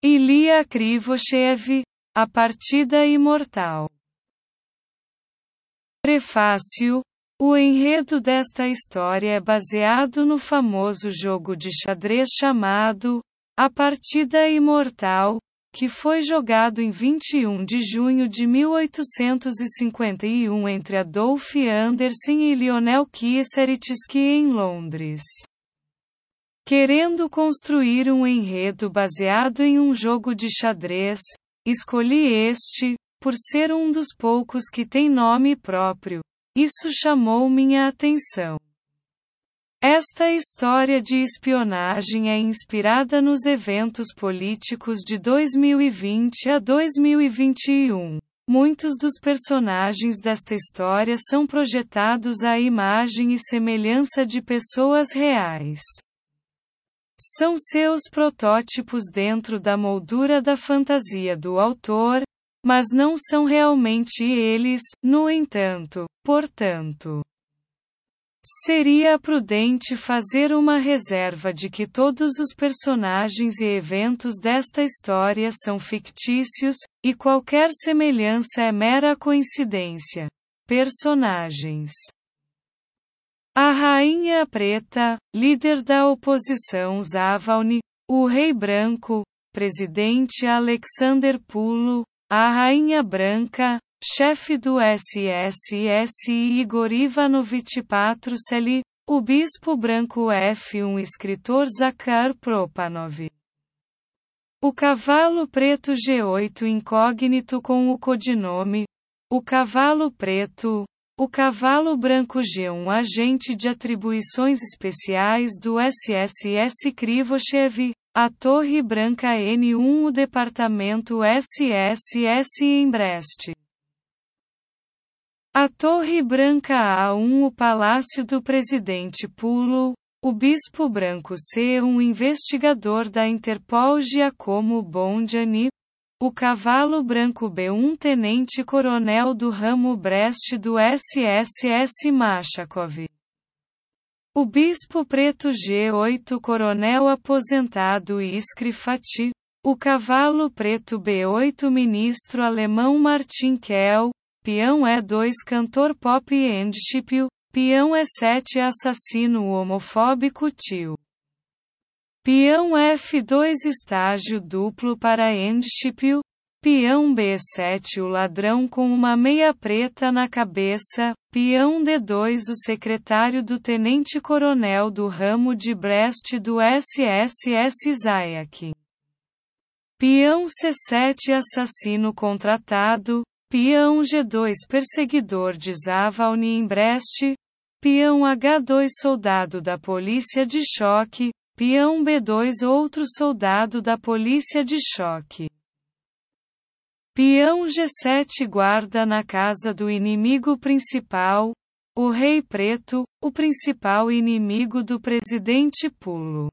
Ilya Krivoshev, A Partida Imortal. Prefácio. O enredo desta história é baseado no famoso jogo de xadrez chamado A Partida Imortal, que foi jogado em 21 de junho de 1851 entre Adolf Anderssen e Lionel Kieseritzky em Londres. Querendo construir um enredo baseado em um jogo de xadrez, escolhi este, por ser um dos poucos que tem nome próprio. Isso chamou minha atenção. Esta história de espionagem é inspirada nos eventos políticos de 2020 a 2021. Muitos dos personagens desta história são projetados à imagem e semelhança de pessoas reais. São seus protótipos dentro da moldura da fantasia do autor, mas não são realmente eles, no entanto, portanto. Seria prudente fazer uma reserva de que todos os personagens e eventos desta história são fictícios, e qualquer semelhança é mera coincidência. Personagens: a Rainha Preta, líder da oposição Zavalny, o Rei Branco, presidente Alexander Pulo, a Rainha Branca, chefe do SSSI Igor Ivanovich Patrusely, o Bispo Branco F1 escritor Zakhar Propanov. O Cavalo Preto G8 incógnito com o codinome O Cavalo Preto. O Cavalo Branco G1 agente de atribuições especiais do SSS Krivoshev. A Torre Branca N1 o Departamento SSS em Brest. A Torre Branca A1 o Palácio do Presidente Pulo. O Bispo Branco C1 investigador da Interpol Giacomo Bondiani. O Cavalo Branco B1 Tenente-Coronel do Ramo Brest do SSS Machakov. O Bispo Preto G8 Coronel Aposentado Iskry Fatih. O Cavalo Preto B8 Ministro Alemão Martin Kell. Peão E2 Cantor Pop Endshipio. Peão E7 Assassino homofóbico Tio. Peão F2 Estágio duplo para Endshipio. Peão B7 o ladrão com uma meia preta na cabeça. Peão D2 o secretário do tenente-coronel do ramo de Brest do SSS Zayak. Peão C7 assassino contratado. Peão G2 perseguidor de Zavalny em Brest. Peão H2 soldado da polícia de choque. Peão B2 outro soldado da polícia de choque. Peão G7 guarda na casa do inimigo principal, o Rei Preto, o principal inimigo do presidente Pulo.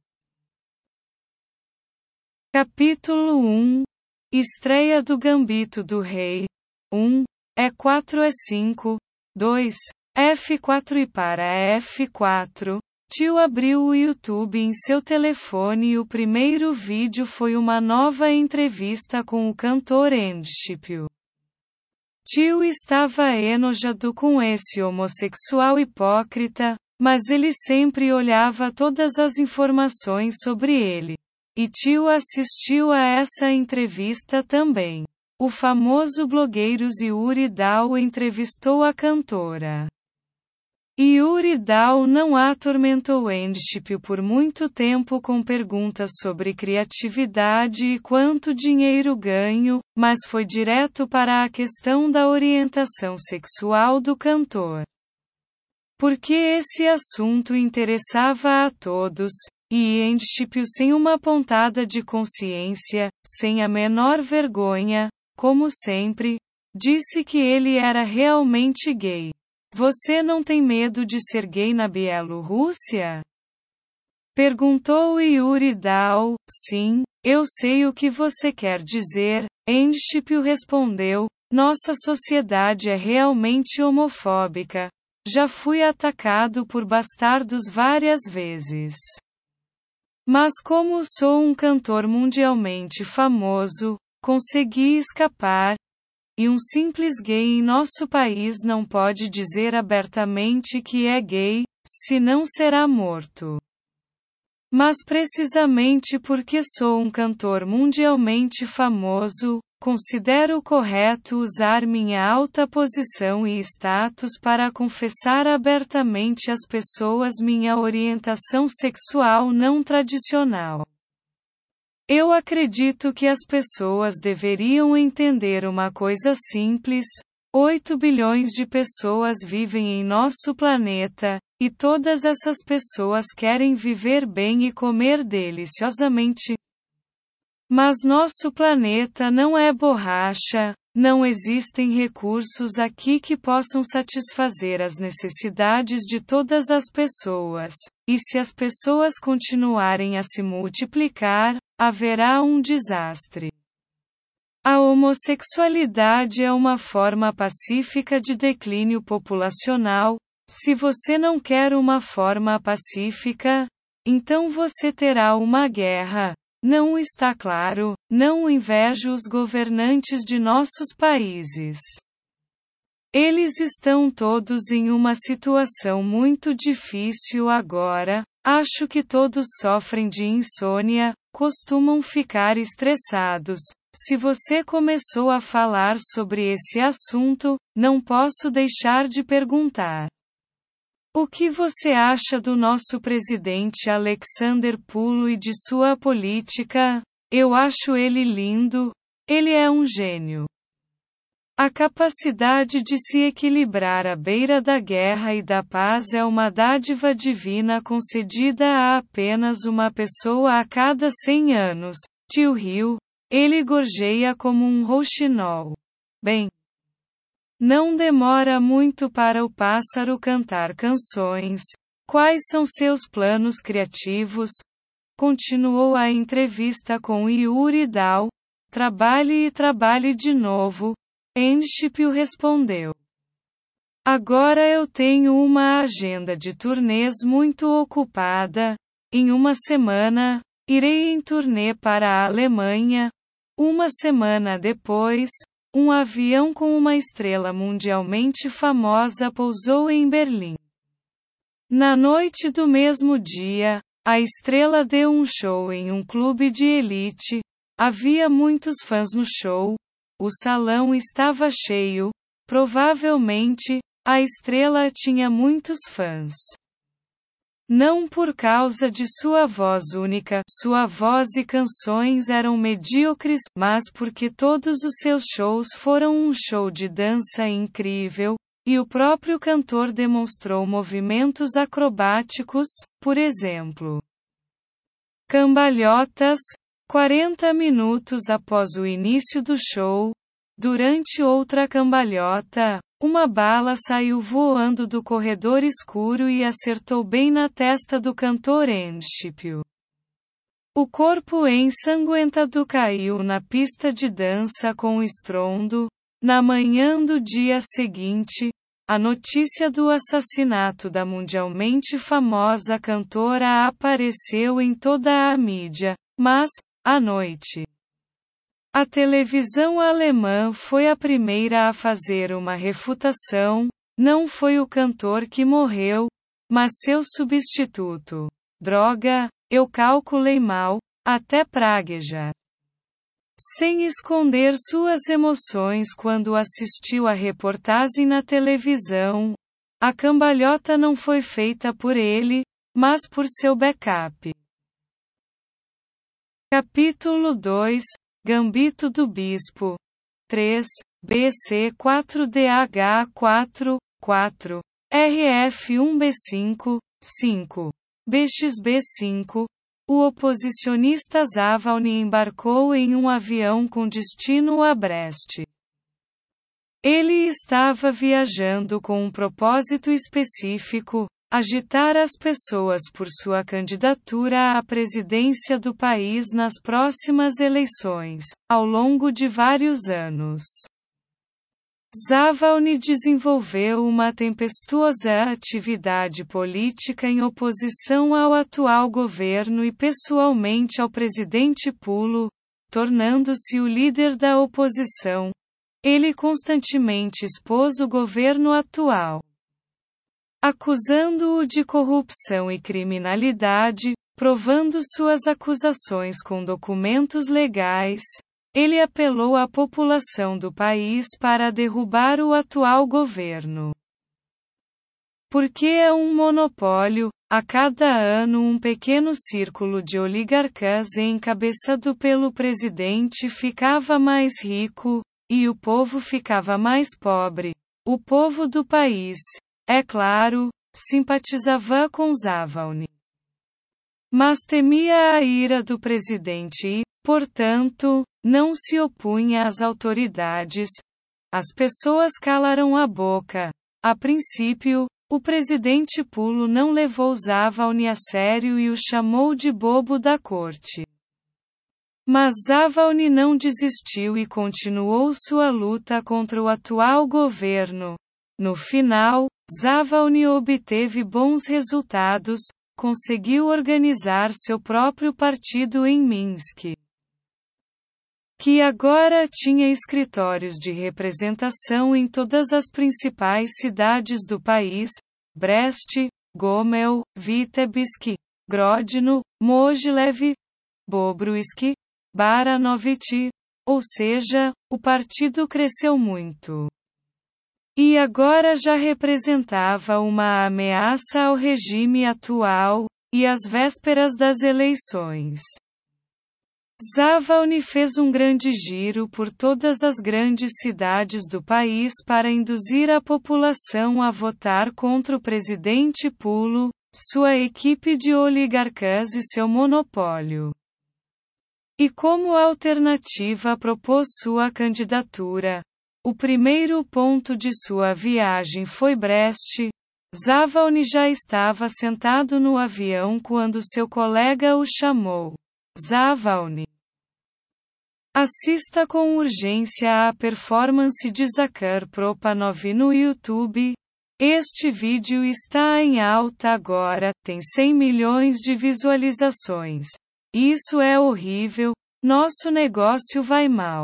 Capítulo 1. Estreia do Gambito do Rei. 1. E4 E5. 2. F4 e para F4. Tio abriu o YouTube em seu telefone e o primeiro vídeo foi uma nova entrevista com o cantor Endshipio. Tio estava enojado com esse homossexual hipócrita, mas ele sempre olhava todas as informações sobre ele. E tio assistiu a essa entrevista também. O famoso blogueiro Yuri Dal entrevistou a cantora. Yuri Dal não atormentou Endshipio por muito tempo com perguntas sobre criatividade e quanto dinheiro ganho, mas foi direto para a questão da orientação sexual do cantor. Porque esse assunto interessava a todos, e Endshipio sem uma pontada de consciência, sem a menor vergonha, como sempre, disse que ele era realmente gay. Você não tem medo de ser gay na Bielorrússia? Perguntou Yuri Dal. Sim, eu sei o que você quer dizer, Endshipio respondeu. Nossa sociedade é realmente homofóbica. Já fui atacado por bastardos várias vezes. Mas como sou um cantor mundialmente famoso, consegui escapar, e um simples gay em nosso país não pode dizer abertamente que é gay, senão será morto. Mas precisamente porque sou um cantor mundialmente famoso, considero correto usar minha alta posição e status para confessar abertamente às pessoas minha orientação sexual não tradicional. Eu acredito que as pessoas deveriam entender uma coisa simples: 8 bilhões de pessoas vivem em nosso planeta, e todas essas pessoas querem viver bem e comer deliciosamente. Mas nosso planeta não é borracha, não existem recursos aqui que possam satisfazer as necessidades de todas as pessoas, e se as pessoas continuarem a se multiplicar, haverá um desastre. A homossexualidade é uma forma pacífica de declínio populacional. Se você não quer uma forma pacífica, então você terá uma guerra. Não está claro? Não invejo os governantes de nossos países. Eles estão todos em uma situação muito difícil agora. Acho que todos sofrem de insônia, costumam ficar estressados. Se você começou a falar sobre esse assunto, não posso deixar de perguntar: o que você acha do nosso presidente Alexander Pulo e de sua política? Eu acho ele lindo. Ele é um gênio. A capacidade de se equilibrar à beira da guerra e da paz é uma dádiva divina concedida a apenas uma pessoa a cada 100 anos. Tio Rio, ele gorjeia como um rouxinol. Bem, não demora muito para o pássaro cantar canções. Quais são seus planos criativos? Continuou a entrevista com Yuri Dal. Trabalhe e trabalhe de novo. Enshipio respondeu. Agora eu tenho uma agenda de turnês muito ocupada. Em uma semana, irei em turnê para a Alemanha. Uma semana depois, um avião com uma estrela mundialmente famosa pousou em Berlim. Na noite do mesmo dia, a estrela deu um show em um clube de elite. Havia muitos fãs no show. O salão estava cheio. Provavelmente, a estrela tinha muitos fãs. Não por causa de sua voz única, sua voz e canções eram medíocres, mas porque todos os seus shows foram um show de dança incrível, e o próprio cantor demonstrou movimentos acrobáticos, por exemplo, cambalhotas. 40 minutos após o início do show, durante outra cambalhota, uma bala saiu voando do corredor escuro e acertou bem na testa do cantor Enshipio. O corpo ensanguentado caiu na pista de dança com estrondo. Na manhã do dia seguinte, a notícia do assassinato da mundialmente famosa cantora apareceu em toda a mídia, mas, à noite, a televisão alemã foi a primeira a fazer uma refutação. Não foi o cantor que morreu, mas seu substituto. Droga, eu calculei mal, até praguejar. Sem esconder suas emoções quando assistiu à reportagem na televisão, a cambalhota não foi feita por ele, mas por seu backup. Capítulo 2 Gambito do Bispo 3, BC 4DH 4, 4, RF1B5, 5, BXB5, o oposicionista Zavalny embarcou em um avião com destino a Brest. Ele estava viajando com um propósito específico: agitar as pessoas por sua candidatura à presidência do país nas próximas eleições, ao longo de vários anos. Zavalny desenvolveu uma tempestuosa atividade política em oposição ao atual governo e pessoalmente ao presidente Pulo, tornando-se o líder da oposição. Ele constantemente expôs o governo atual, acusando-o de corrupção e criminalidade, provando suas acusações com documentos legais. Ele apelou à população do país para derrubar o atual governo. Porque é um monopólio, a cada ano um pequeno círculo de oligarcas encabeçado pelo presidente ficava mais rico, e o povo ficava mais pobre. O povo do país, é claro, simpatizava com Zavalny, mas temia a ira do presidente e, portanto, não se opunha às autoridades. As pessoas calaram a boca. A princípio, o presidente Pulo não levou Zavalny a sério e o chamou de bobo da corte. Mas Zavalny não desistiu e continuou sua luta contra o atual governo. No final, Zavalny obteve bons resultados, conseguiu organizar seu próprio partido em Minsk, que agora tinha escritórios de representação em todas as principais cidades do país: Brest, Gomel, Vitebsk, Grodno, Mogilev, Bobruisk, Baranovich, ou seja, o partido cresceu muito. E agora já representava uma ameaça ao regime atual, e às vésperas das eleições. Zavalny fez um grande giro por todas as grandes cidades do país para induzir a população a votar contra o presidente Pulo, sua equipe de oligarcas e seu monopólio. E como alternativa propôs sua candidatura. O primeiro ponto de sua viagem foi Brest. Zavalny já estava sentado no avião quando seu colega o chamou. Zavalny, assista com urgência à performance de Zakhar Propanov no YouTube. Este vídeo está em alta agora, tem 100 milhões de visualizações. Isso é horrível, nosso negócio vai mal.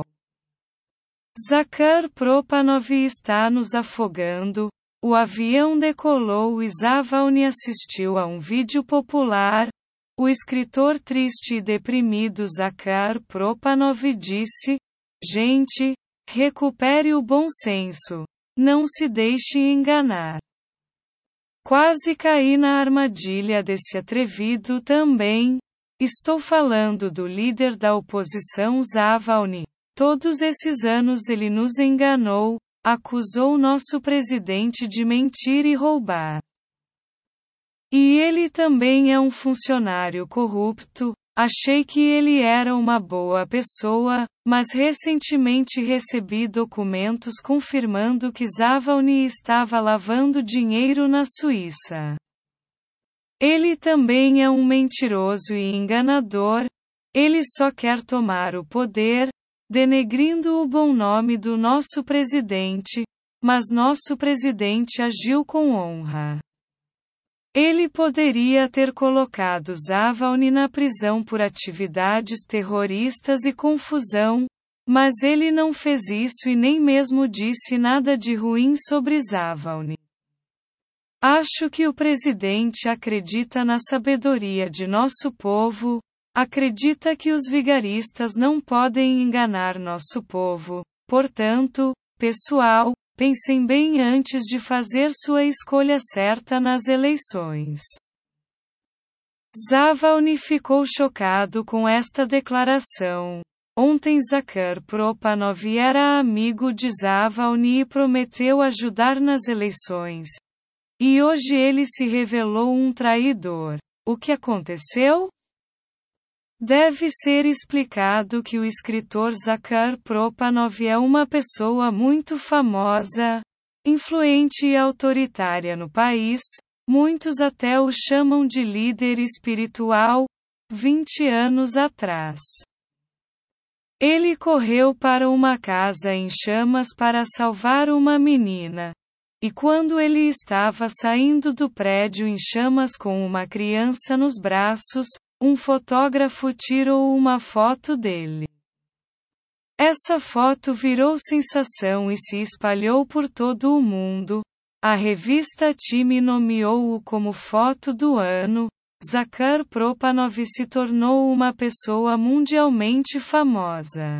Zakhar Propanov está nos afogando. O avião decolou e Zavalny assistiu a um vídeo popular. O escritor triste e deprimido Zakhar Propanov disse: gente, recupere o bom senso. Não se deixe enganar. Quase caí na armadilha desse atrevido também. Estou falando do líder da oposição Zavalny. Todos esses anos ele nos enganou, acusou nosso presidente de mentir e roubar. E ele também é um funcionário corrupto. Achei que ele era uma boa pessoa, mas recentemente recebi documentos confirmando que Zavalny estava lavando dinheiro na Suíça. Ele também é um mentiroso e enganador. Ele só quer tomar o poder, denegrindo o bom nome do nosso presidente, mas nosso presidente agiu com honra. Ele poderia ter colocado Zavalny na prisão por atividades terroristas e confusão, mas ele não fez isso e nem mesmo disse nada de ruim sobre Zavalny. Acho que o presidente acredita na sabedoria de nosso povo, acredita que os vigaristas não podem enganar nosso povo. Portanto, pessoal, pensem bem antes de fazer sua escolha certa nas eleições. Zavalny ficou chocado com esta declaração. Ontem Zakhar Propanov era amigo de Zavalny e prometeu ajudar nas eleições. E hoje ele se revelou um traidor. O que aconteceu? Deve ser explicado que o escritor Zakhar Propanov é uma pessoa muito famosa, influente e autoritária no país. Muitos até o chamam de líder espiritual. 20 anos atrás, Ele correu para uma casa em chamas para salvar uma menina. E quando ele estava saindo do prédio em chamas com uma criança nos braços, um fotógrafo tirou uma foto dele. Essa foto virou sensação e se espalhou por todo o mundo. A revista Time nomeou-o como foto do ano. Zakhar Propanov se tornou uma pessoa mundialmente famosa.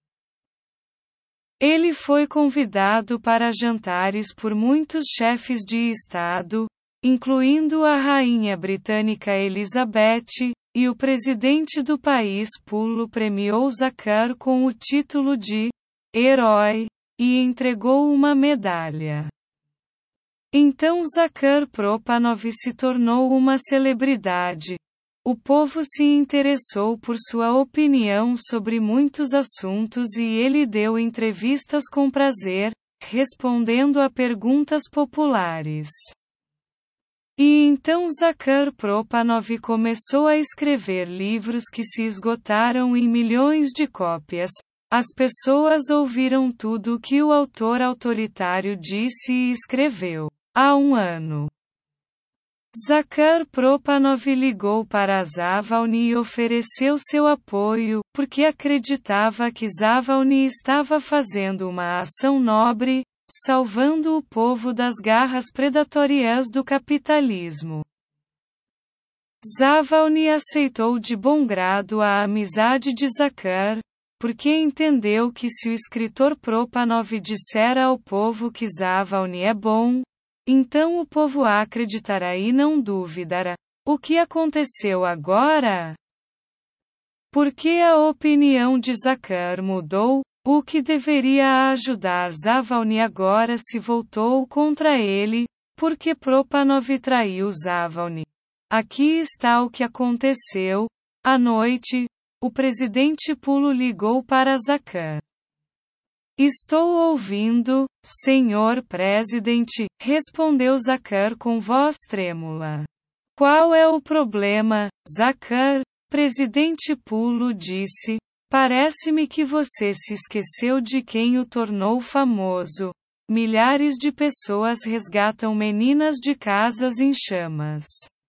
Ele foi convidado para jantares por muitos chefes de Estado, incluindo a rainha britânica Elizabeth, e o presidente do país Pulo premiou Zakhar com o título de herói e entregou uma medalha. Então Zakhar Propanov se tornou uma celebridade. O povo se interessou por sua opinião sobre muitos assuntos e ele deu entrevistas com prazer, respondendo a perguntas populares. E então Zakhar Propanov começou a escrever livros que se esgotaram em milhões de cópias. As pessoas ouviram tudo o que o autor autoritário disse e escreveu. Há um ano, Zakhar Propanov ligou para Navalny e ofereceu seu apoio, porque acreditava que Navalny estava fazendo uma ação nobre, salvando o povo das garras predatórias do capitalismo. Navalny aceitou de bom grado a amizade de Zakhar, porque entendeu que se o escritor Propanov dissera ao povo que Navalny é bom, então o povo acreditará e não duvidará. O que aconteceu agora? Porque a opinião de Zakhar mudou, o que deveria ajudar Navalny agora se voltou contra ele, porque Propanov traiu Navalny. Aqui está o que aconteceu. À noite, o presidente Pulo ligou para Zakhar. Estou ouvindo, senhor presidente, respondeu Zakhar com voz trêmula. Qual é o problema, Zakhar? Presidente Pulo disse. Parece-me que você se esqueceu de quem o tornou famoso. Milhares de pessoas resgatam meninas de casas em chamas.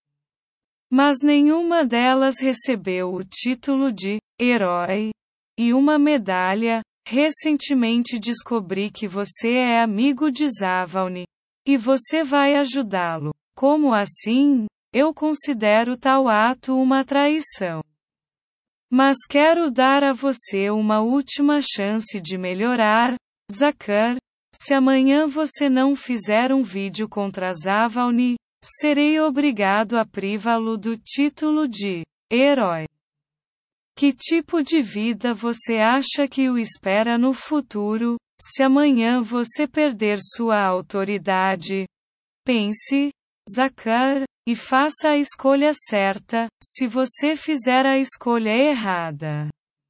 Mas nenhuma delas recebeu o título de herói e uma medalha. Recentemente descobri que você é amigo de Navalny. E você vai ajudá-lo. Como assim? Eu considero tal ato uma traição. Mas quero dar a você uma última chance de melhorar, Zakhar. Se amanhã você não fizer um vídeo contra Navalny, serei obrigado a privá-lo do título de herói. Que tipo de vida você acha que o espera no futuro, se amanhã você perder sua autoridade? Pense, Zakhar, e faça a escolha certa. Se você fizer a escolha errada,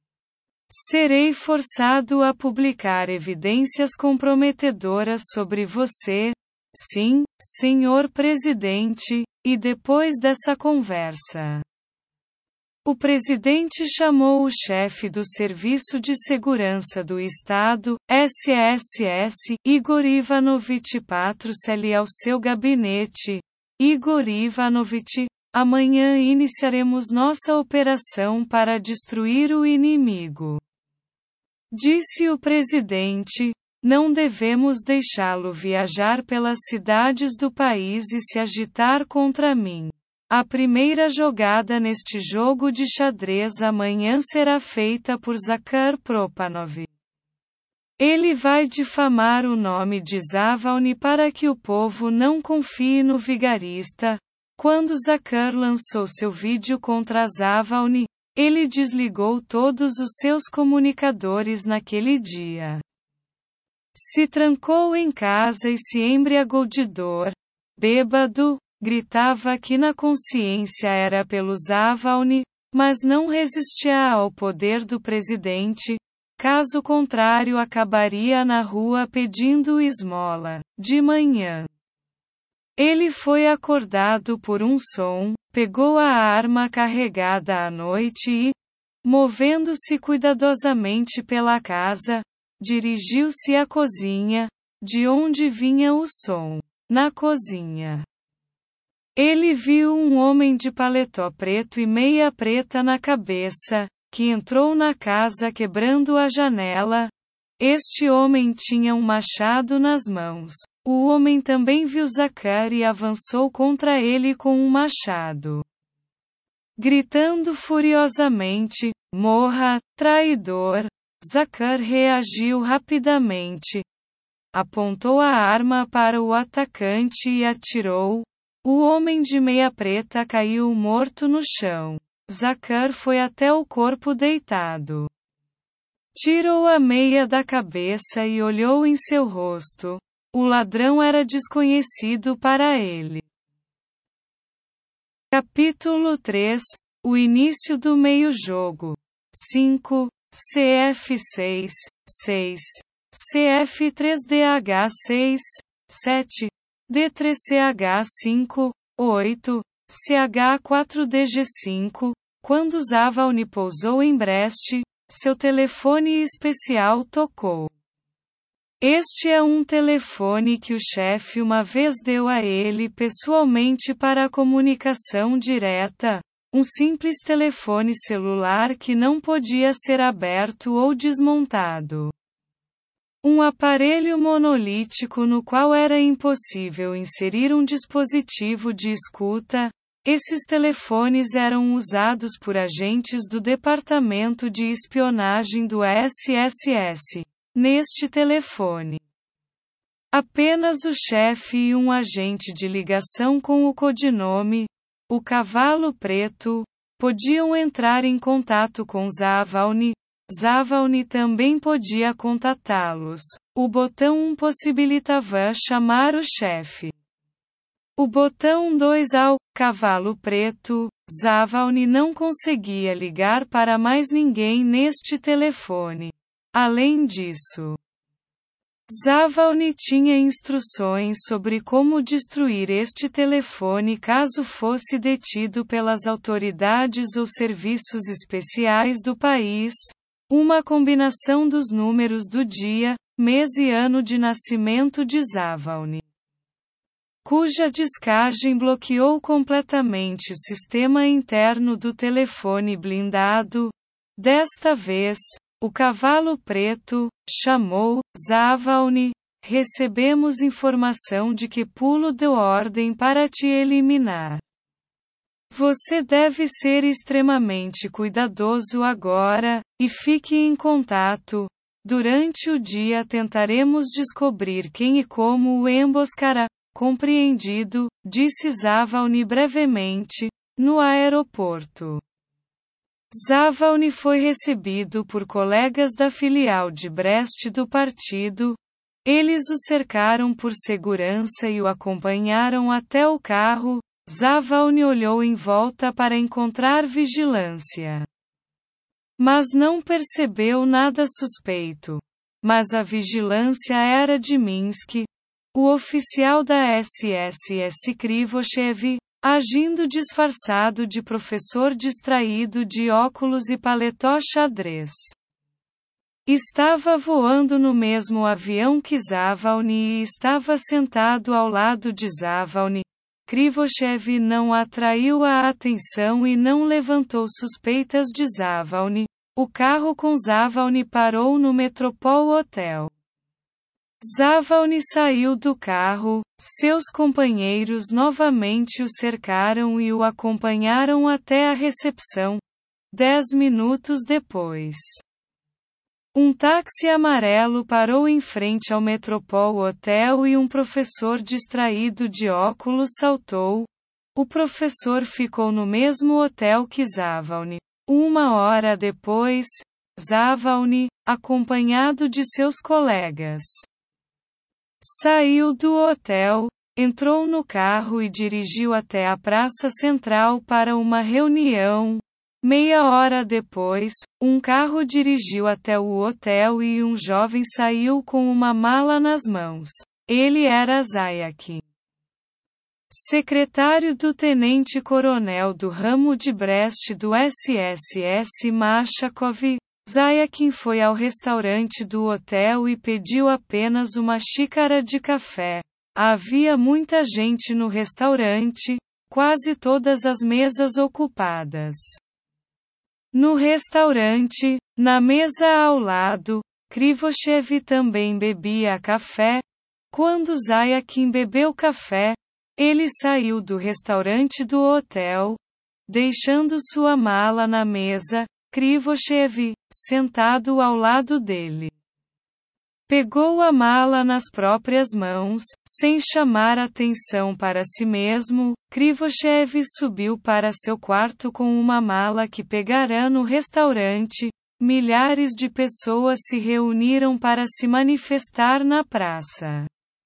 serei forçado a publicar evidências comprometedoras sobre você. Sim, senhor presidente, e depois dessa conversa, o presidente chamou o chefe do Serviço de Segurança do Estado, SSS, Igor Ivanovich Patrusely ao seu gabinete. Igor Ivanovich, amanhã iniciaremos nossa operação para destruir o inimigo. Disse o presidente, não devemos deixá-lo viajar pelas cidades do país e se agitar contra mim. A primeira jogada neste jogo de xadrez amanhã será feita por Zakhar Propanov. Ele vai difamar o nome de Navalny para que o povo não confie no vigarista. Quando Zakhar lançou seu vídeo contra Navalny, ele desligou todos os seus comunicadores naquele dia. Se trancou em casa e se embriagou de dor. Bêbado, gritava que na consciência era pelo Navalny, mas não resistia ao poder do presidente. Caso contrário acabaria na rua pedindo esmola. De manhã, ele foi acordado por um som, pegou a arma carregada à noite e, Movendo-se cuidadosamente pela casa, dirigiu-se à cozinha, de onde vinha o som. Na cozinha, ele viu um homem de paletó preto e meia preta na cabeça, que entrou na casa quebrando a janela. Este homem tinha um machado nas mãos. O homem também viu Zaccar e avançou contra ele com um machado. Gritando furiosamente: "Morra, traidor!" Zaccar reagiu rapidamente. Apontou a arma para o atacante e atirou. O homem de meia preta caiu morto no chão. Zaccar foi até o corpo deitado. Tirou a meia da cabeça e olhou em seu rosto. O ladrão era desconhecido para ele. Capítulo 3 – O início do meio-jogo. 5, CF 6, 6, CF 3DH 6, 7, D3CH 5, 8, CH 4DG 5. Quando Zavalny pousou em Brest, seu telefone especial tocou. Este é um telefone que o chefe uma vez deu a ele pessoalmente para a comunicação direta, um simples telefone celular que não podia ser aberto ou desmontado. Um aparelho monolítico no qual era impossível inserir um dispositivo de escuta. Esses telefones eram usados por agentes do Departamento de Espionagem do SSS. Neste telefone, apenas o chefe e um agente de ligação com o codinome, o Cavalo Preto, podiam entrar em contato com Zavalny. Zavalny também podia contatá-los. O botão 1 possibilitava chamar o chefe. O botão 2 ao Cavalo Preto. Zavalny não conseguia ligar para mais ninguém neste telefone. Além disso, Zavalny tinha instruções sobre como destruir este telefone caso fosse detido pelas autoridades ou serviços especiais do país. Uma combinação dos números do dia, mês e ano de nascimento de Zavalny, cuja descagem bloqueou completamente o sistema interno do telefone blindado. Desta vez, o Cavalo Preto chamou Zavalny. Recebemos informação de que Pulo deu ordem para te eliminar. Você deve ser extremamente cuidadoso agora, e fique em contato. Durante o dia tentaremos descobrir quem e como o emboscará. Compreendido, disse Zavalny brevemente, no aeroporto. Zavalny foi recebido por colegas da filial de Brest do partido. Eles o cercaram por segurança e o acompanharam até o carro. Zavalny olhou em volta para encontrar vigilância, mas não percebeu nada suspeito. Mas a vigilância era de Minsk. O oficial da SSS Krivoshev, agindo disfarçado de professor distraído de óculos e paletó xadrez, estava voando no mesmo avião que Zavalny e estava sentado ao lado de Zavalny. Krivoshev não atraiu a atenção e não levantou suspeitas de Zavalny. O carro com Zavalny parou no Metropol Hotel. Zavalny saiu do carro, seus companheiros novamente o cercaram e o acompanharam até a recepção. 10 minutos depois, um táxi amarelo parou em frente ao Metropol Hotel e um professor distraído de óculos saltou. O professor ficou no mesmo hotel que Zavalny. 1 hora depois, Zavalny, acompanhado de seus colegas, saiu do hotel, entrou no carro e dirigiu até a Praça Central para uma reunião. Meia hora depois, um carro dirigiu até o hotel e um jovem saiu com uma mala nas mãos. Ele era Zayak. secretário do tenente-coronel do ramo de Brest do SSS Machakov, Zayakin foi ao restaurante do hotel e pediu apenas uma xícara de café. Havia muita gente no restaurante, quase todas as mesas ocupadas. No restaurante, na mesa ao lado, Krivoshev também bebia café. Quando Zayakin bebeu café, ele saiu do restaurante do hotel, deixando sua mala na mesa. Krivoshev, sentado ao lado dele, pegou a mala nas próprias mãos, sem chamar atenção para si mesmo. Krivoshev subiu para seu quarto com uma mala que pegará no restaurante. Milhares de pessoas se reuniram para se manifestar na praça.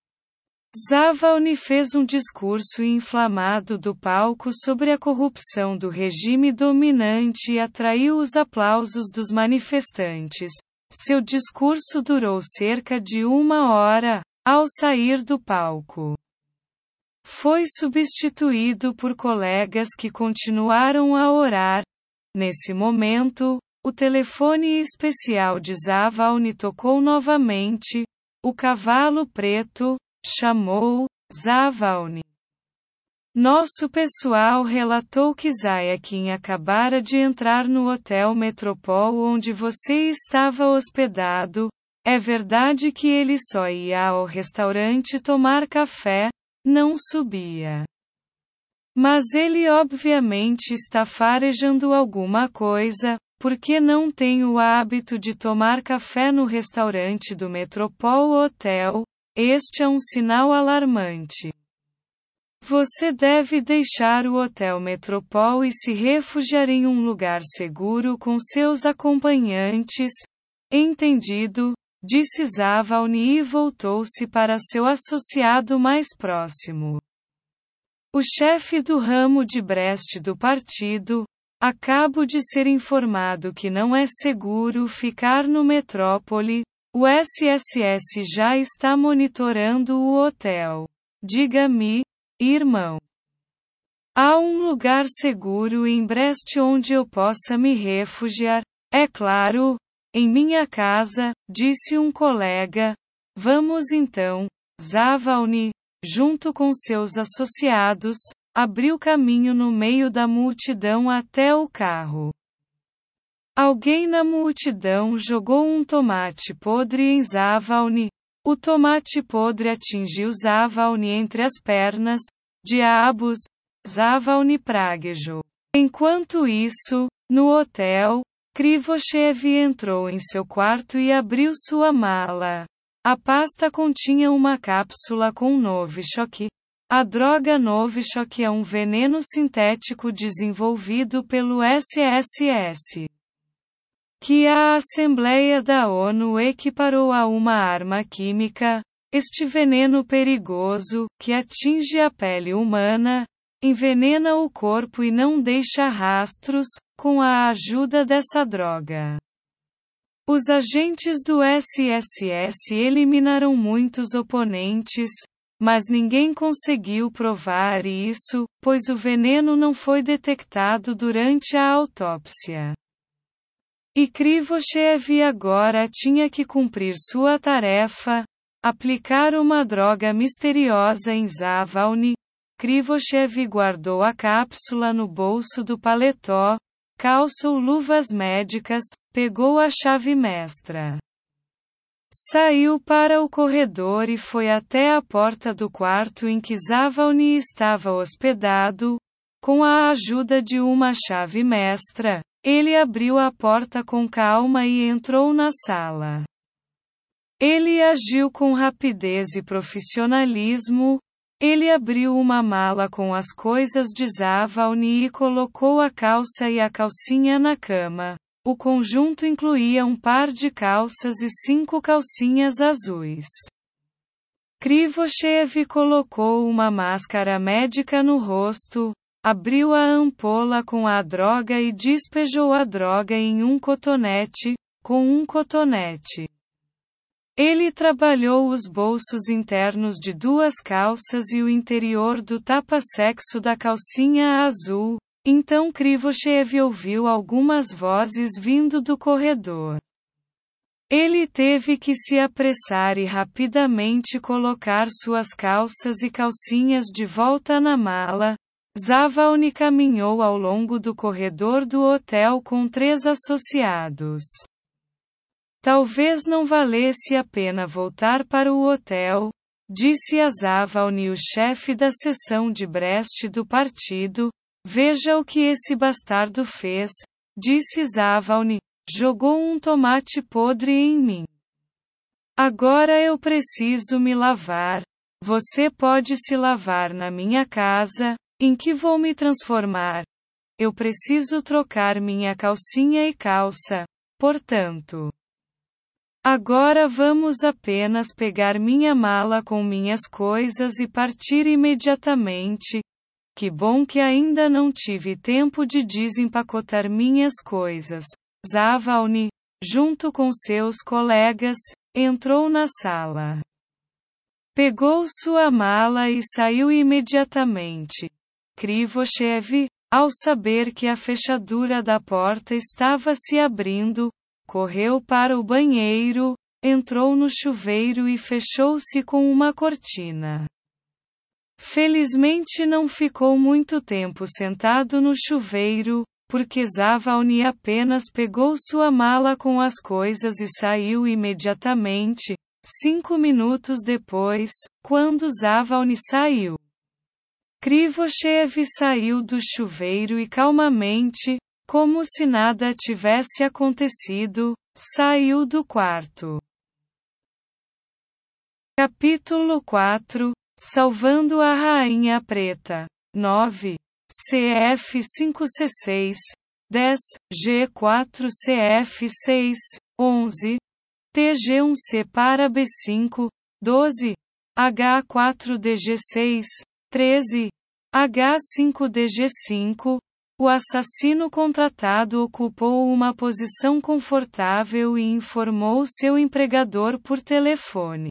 Zavalny fez um discurso inflamado do palco sobre a corrupção do regime dominante e atraiu os aplausos dos manifestantes. Seu discurso durou cerca de 1 hora. Ao sair do palco, foi substituído por colegas que continuaram a orar. Nesse momento, o telefone especial de Zavalny tocou novamente. O cavalo preto chamou Zavalny. Nosso pessoal relatou que Zayakin acabara de entrar no Hotel Metropol onde você estava hospedado. É verdade que ele só ia ao restaurante tomar café, não subia. Mas ele obviamente está farejando alguma coisa, porque não tem o hábito de tomar café no restaurante do Metropol Hotel. Este é um sinal alarmante. Você deve deixar o Hotel Metropol e se refugiar em um lugar seguro com seus acompanhantes. Entendido, disse Zavalny e voltou-se para seu associado mais próximo. O chefe do ramo de Brest do partido. Acabo de ser informado que não é seguro ficar no Metrópole. O SSS já está monitorando o hotel. Diga-me, irmão. Há um lugar seguro em Brest onde eu possa me refugiar? É claro, em minha casa, disse um colega. Vamos então. Zavalny, junto com seus associados, abriu caminho no meio da multidão até o carro. Alguém na multidão jogou um tomate podre em Zavalny. O tomate podre atingiu Zavalny entre as pernas. Diabos! Zavalny praguejou. Enquanto isso, no hotel, Krivoshev entrou em seu quarto e abriu sua mala. A pasta continha uma cápsula com Novichok. A droga Novichok é um veneno sintético desenvolvido pelo SSS. Que a Assembleia da ONU equiparou a uma arma química. Este veneno perigoso, que atinge a pele humana, envenena o corpo e não deixa rastros. Com a ajuda dessa droga, os agentes do SSS eliminaram muitos oponentes, mas ninguém conseguiu provar isso, pois o veneno não foi detectado durante a autópsia. E Krivoshev agora tinha que cumprir sua tarefa, aplicar uma droga misteriosa em Zavalny. Krivoshev guardou a cápsula no bolso do paletó, calçou luvas médicas, pegou a chave mestra. Saiu para o corredor e foi até a porta do quarto em que Zavalny estava hospedado. Com a ajuda de uma chave mestra, ele abriu a porta com calma e entrou na sala. Ele agiu com rapidez e profissionalismo. Ele abriu uma mala com as coisas de Zavalny e colocou a calça e a calcinha na cama. O conjunto incluía um par de calças e 5 calcinhas azuis. Krivoshev colocou uma máscara médica no rosto, abriu a ampola com a droga e despejou a droga em um cotonete, com um cotonete. Ele trabalhou os bolsos internos de duas calças e o interior do tapa-sexo da calcinha azul. Então Krivoshev ouviu algumas vozes vindo do corredor. Ele teve que se apressar e rapidamente colocar suas calças e calcinhas de volta na mala. Zavalny caminhou ao longo do corredor do hotel com 3 associados. Talvez não valesse a pena voltar para o hotel, disse a Zavalny o chefe da seção de Brest do partido. Veja o que esse bastardo fez, disse Zavalny. Jogou um tomate podre em mim. Agora eu preciso me lavar. Você pode se lavar na minha casa, em que vou me transformar. Eu preciso trocar minha calcinha e calça, portanto. Agora vamos apenas pegar minha mala com minhas coisas e partir imediatamente. Que bom que ainda não tive tempo de desempacotar minhas coisas. Zavalny, junto com seus colegas, entrou na sala. Pegou sua mala e saiu imediatamente. Krivoshev, ao saber que a fechadura da porta estava se abrindo, correu para o banheiro, entrou no chuveiro e fechou-se com uma cortina. Felizmente não ficou muito tempo sentado no chuveiro, porque Zavalny apenas pegou sua mala com as coisas e saiu imediatamente. 5 minutos depois, quando Zavalny saiu, Krivoshev saiu do chuveiro e calmamente, como se nada tivesse acontecido, saiu do quarto. Capítulo 4 Salvando a Rainha Preta. 9. CF 5C6, 10, G4 CF 6, 11, TG1C para B5, 12, H4DG6, 13, H5DG5. O assassino contratado ocupou uma posição confortável e informou seu empregador por telefone.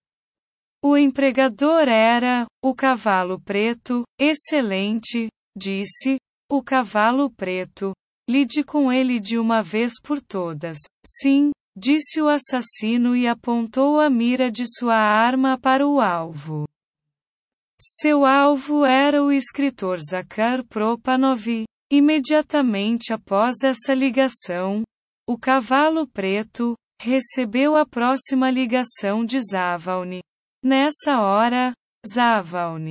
O empregador era o cavalo preto. Excelente, disse o cavalo preto. Lide com ele de uma vez por todas. Sim, disse o assassino e apontou a mira de sua arma para o alvo. Seu alvo era o escritor Zakhar Propanov. Imediatamente após essa ligação, o cavalo preto recebeu a próxima ligação de Zavalny. Nessa hora, Zavalny,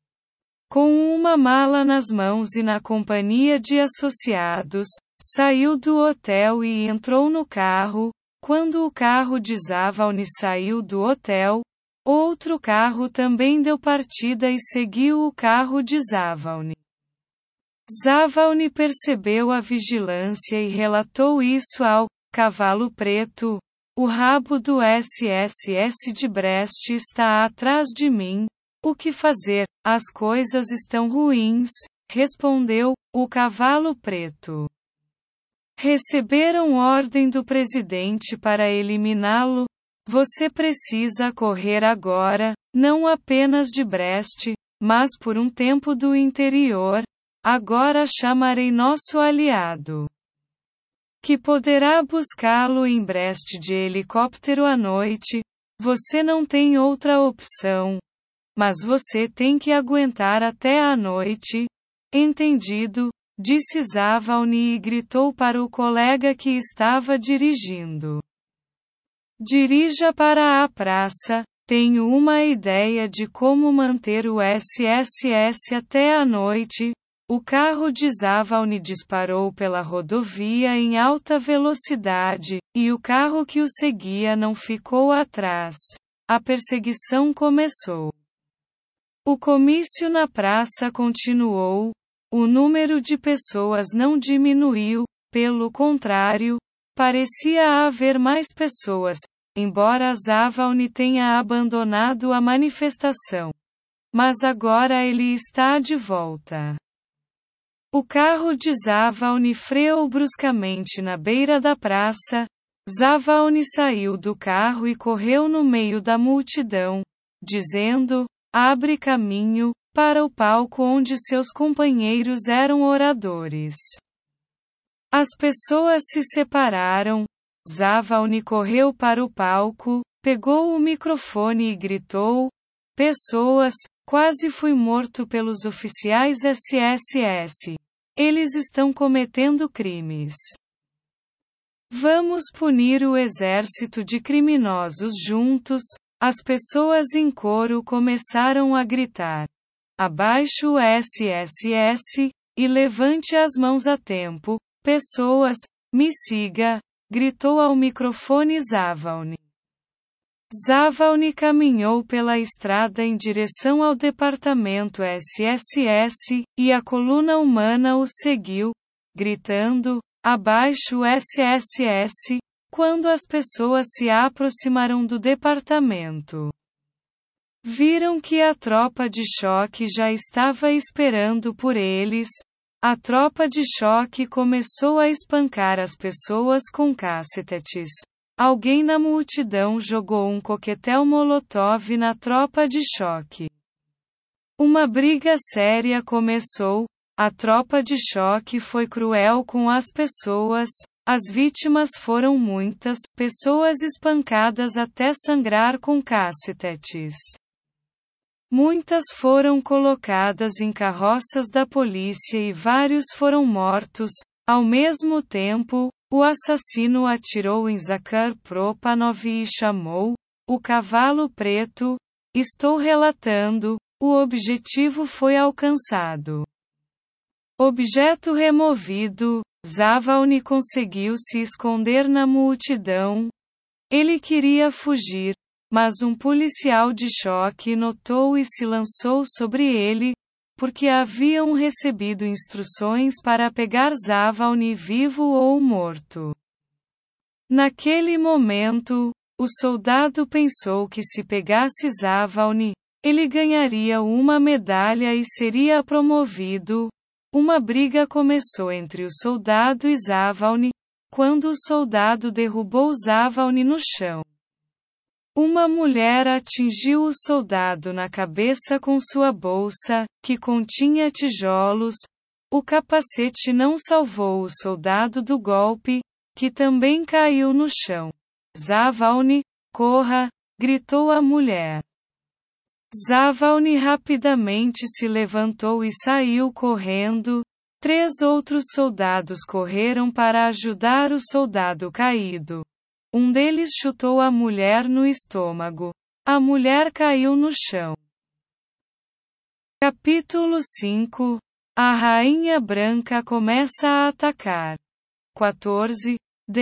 com uma mala nas mãos e na companhia de associados, saiu do hotel e entrou no carro. Quando o carro de Zavalny saiu do hotel, outro carro também deu partida e seguiu o carro de Zavalny. Zavalny percebeu a vigilância e relatou isso ao cavalo preto. O rabo do SSS de Brest está atrás de mim. O que fazer? As coisas estão ruins, respondeu o cavalo preto. Receberam ordem do presidente para eliminá-lo. Você precisa correr agora, não apenas de Brest, mas por um tempo do interior. Agora chamarei nosso aliado, que poderá buscá-lo em Brest de helicóptero à noite. Você não tem outra opção. Mas você tem que aguentar até a noite. Entendido, disse Zavalny e gritou para o colega que estava dirigindo. Dirija para a praça. Tenho uma ideia de como manter o SSS até a noite. O carro de Zavalny disparou pela rodovia em alta velocidade, e o carro que o seguia não ficou atrás. A perseguição começou. O comício na praça continuou. O número de pessoas não diminuiu, pelo contrário, parecia haver mais pessoas, embora Zavalny tenha abandonado a manifestação. Mas agora ele está de volta. O carro de Zavalny freou bruscamente na beira da praça. Zavalny saiu do carro e correu no meio da multidão, dizendo: abre caminho, para o palco onde seus companheiros eram oradores. As pessoas se separaram. Zavalny correu para o palco, pegou o microfone e gritou: pessoas, quase fui morto pelos oficiais SSS. Eles estão cometendo crimes. Vamos punir o exército de criminosos juntos. As pessoas em coro começaram a gritar: abaixe o SSS, e levante as mãos a tempo. Pessoas, me siga, gritou ao microfone Zavalny. Zavalny caminhou pela estrada em direção ao departamento SSS, e a coluna humana o seguiu, gritando: abaixo o SSS, quando as pessoas se aproximaram do departamento. Viram que a tropa de choque já estava esperando por eles. A tropa de choque começou a espancar as pessoas com cacetetes. Alguém na multidão jogou um coquetel molotov na tropa de choque. Uma briga séria começou. A tropa de choque foi cruel com as pessoas. As vítimas foram muitas, pessoas espancadas até sangrar com cacetetes. Muitas foram colocadas em carroças da polícia e vários foram mortos. Ao mesmo tempo, o assassino atirou em Zakhar Propanov e chamou o cavalo preto. Estou relatando, o objetivo foi alcançado. Objeto removido. Zavalny conseguiu se esconder na multidão. Ele queria fugir, mas um policial de choque notou e se lançou sobre ele, porque haviam recebido instruções para pegar Zavalny vivo ou morto. Naquele momento, o soldado pensou que se pegasse Zavalny, ele ganharia uma medalha e seria promovido. Uma briga começou entre o soldado e Zavalny, quando o soldado derrubou Zavalny no chão. Uma mulher atingiu o soldado na cabeça com sua bolsa, que continha tijolos. O capacete não salvou o soldado do golpe, que também caiu no chão. Zavalny, corra! Gritou a mulher. Zavalny rapidamente se levantou e saiu correndo. 3 outros soldados correram para ajudar o soldado caído. Um deles chutou a mulher no estômago. A mulher caiu no chão. Capítulo 5. A Rainha Branca começa a atacar. 14.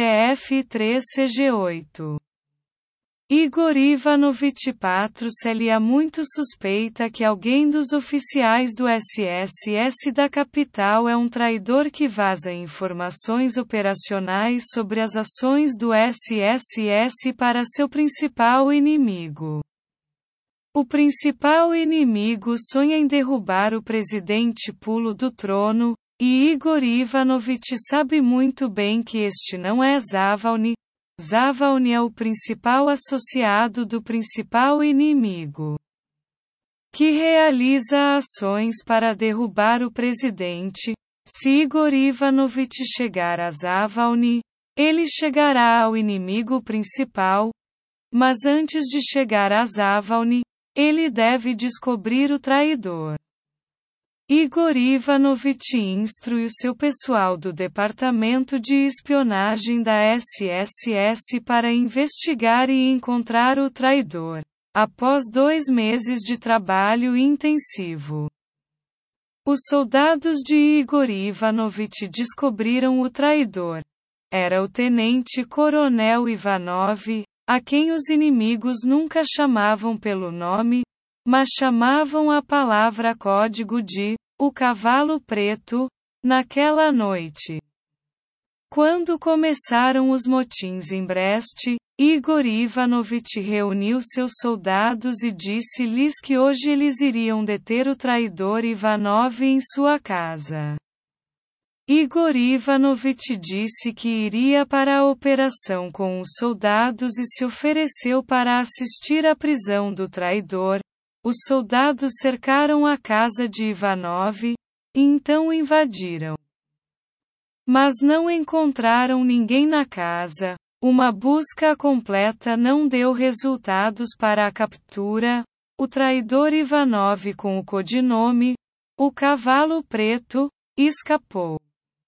DF3CG8. Igor Ivanovich Patrusely há muito suspeita que alguém dos oficiais do SSS da capital é um traidor que vaza informações operacionais sobre as ações do SSS para seu principal inimigo. O principal inimigo sonha em derrubar o presidente Pulo do trono, e Igor Ivanovich sabe muito bem que este não é Zavalny. Zavalny é o principal associado do principal inimigo, que realiza ações para derrubar o presidente. Se Igor Ivanovich chegar a Zavalny, ele chegará ao inimigo principal. Mas antes de chegar a Zavalny, ele deve descobrir o traidor. Igor Ivanovich instrui o seu pessoal do Departamento de Espionagem da SSS para investigar e encontrar o traidor. Após 2 meses de trabalho intensivo, os soldados de Igor Ivanovich descobriram o traidor. Era o tenente-coronel Ivanov, a quem os inimigos nunca chamavam pelo nome, mas chamavam a palavra código de o cavalo preto. Naquela noite, quando começaram os motins em Brest, Igor Ivanovich reuniu seus soldados e disse-lhes que hoje eles iriam deter o traidor Ivanov em sua casa. Igor Ivanovich disse que iria para a operação com os soldados e se ofereceu para assistir à prisão do traidor. Os soldados cercaram a casa de Ivanov, e então invadiram. Mas não encontraram ninguém na casa. Uma busca completa não deu resultados para a captura. O traidor Ivanov, com o codinome o Cavalo Preto, escapou.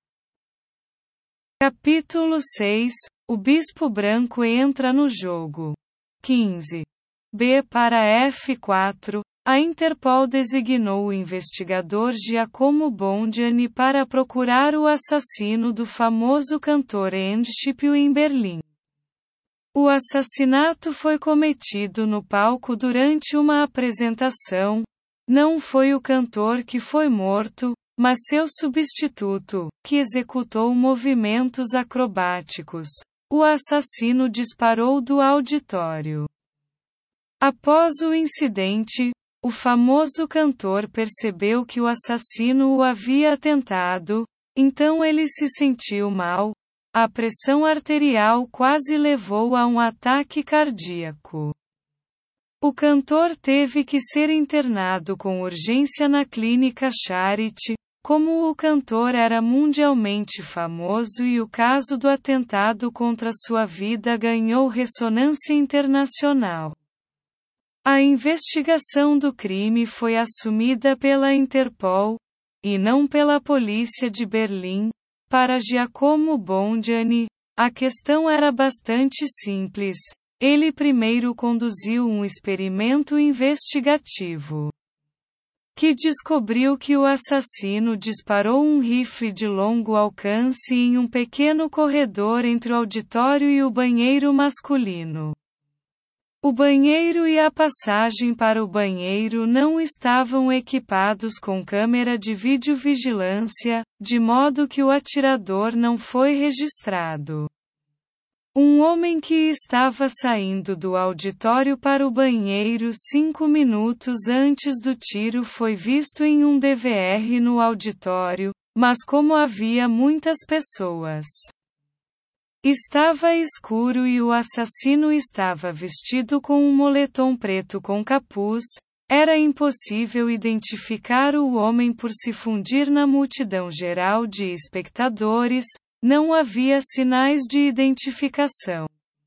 Capítulo 6 – O Bispo Branco entra no jogo. 15. B para F4, a Interpol designou o investigador Giacomo Bondiani para procurar o assassino do famoso cantor Endschipio em Berlim. O assassinato foi cometido no palco durante uma apresentação. Não foi o cantor que foi morto, mas seu substituto, que executou movimentos acrobáticos. O assassino disparou do auditório. Após o incidente, o famoso cantor percebeu que o assassino o havia tentado, então ele se sentiu mal. A pressão arterial quase levou a um ataque cardíaco. O cantor teve que ser internado com urgência na clínica Charity. Como o cantor era mundialmente famoso e o caso do atentado contra sua vida ganhou ressonância internacional. A investigação do crime foi assumida pela Interpol, e não pela polícia de Berlim. Para Giacomo Bondiani, a questão era bastante simples. Ele primeiro conduziu um experimento investigativo que descobriu que o assassino disparou um rifle de longo alcance em um pequeno corredor entre o auditório e o banheiro masculino. O banheiro e a passagem para o banheiro não estavam equipados com câmera de videovigilância, de modo que o atirador não foi registrado. Um homem que estava saindo do auditório para o banheiro 5 minutos antes do tiro foi visto em um DVR no auditório, mas como havia muitas pessoas, estava escuro e o assassino estava vestido com um moletom preto com capuz, era impossível identificar o homem por se fundir na multidão geral de espectadores. Não havia sinais de identificação.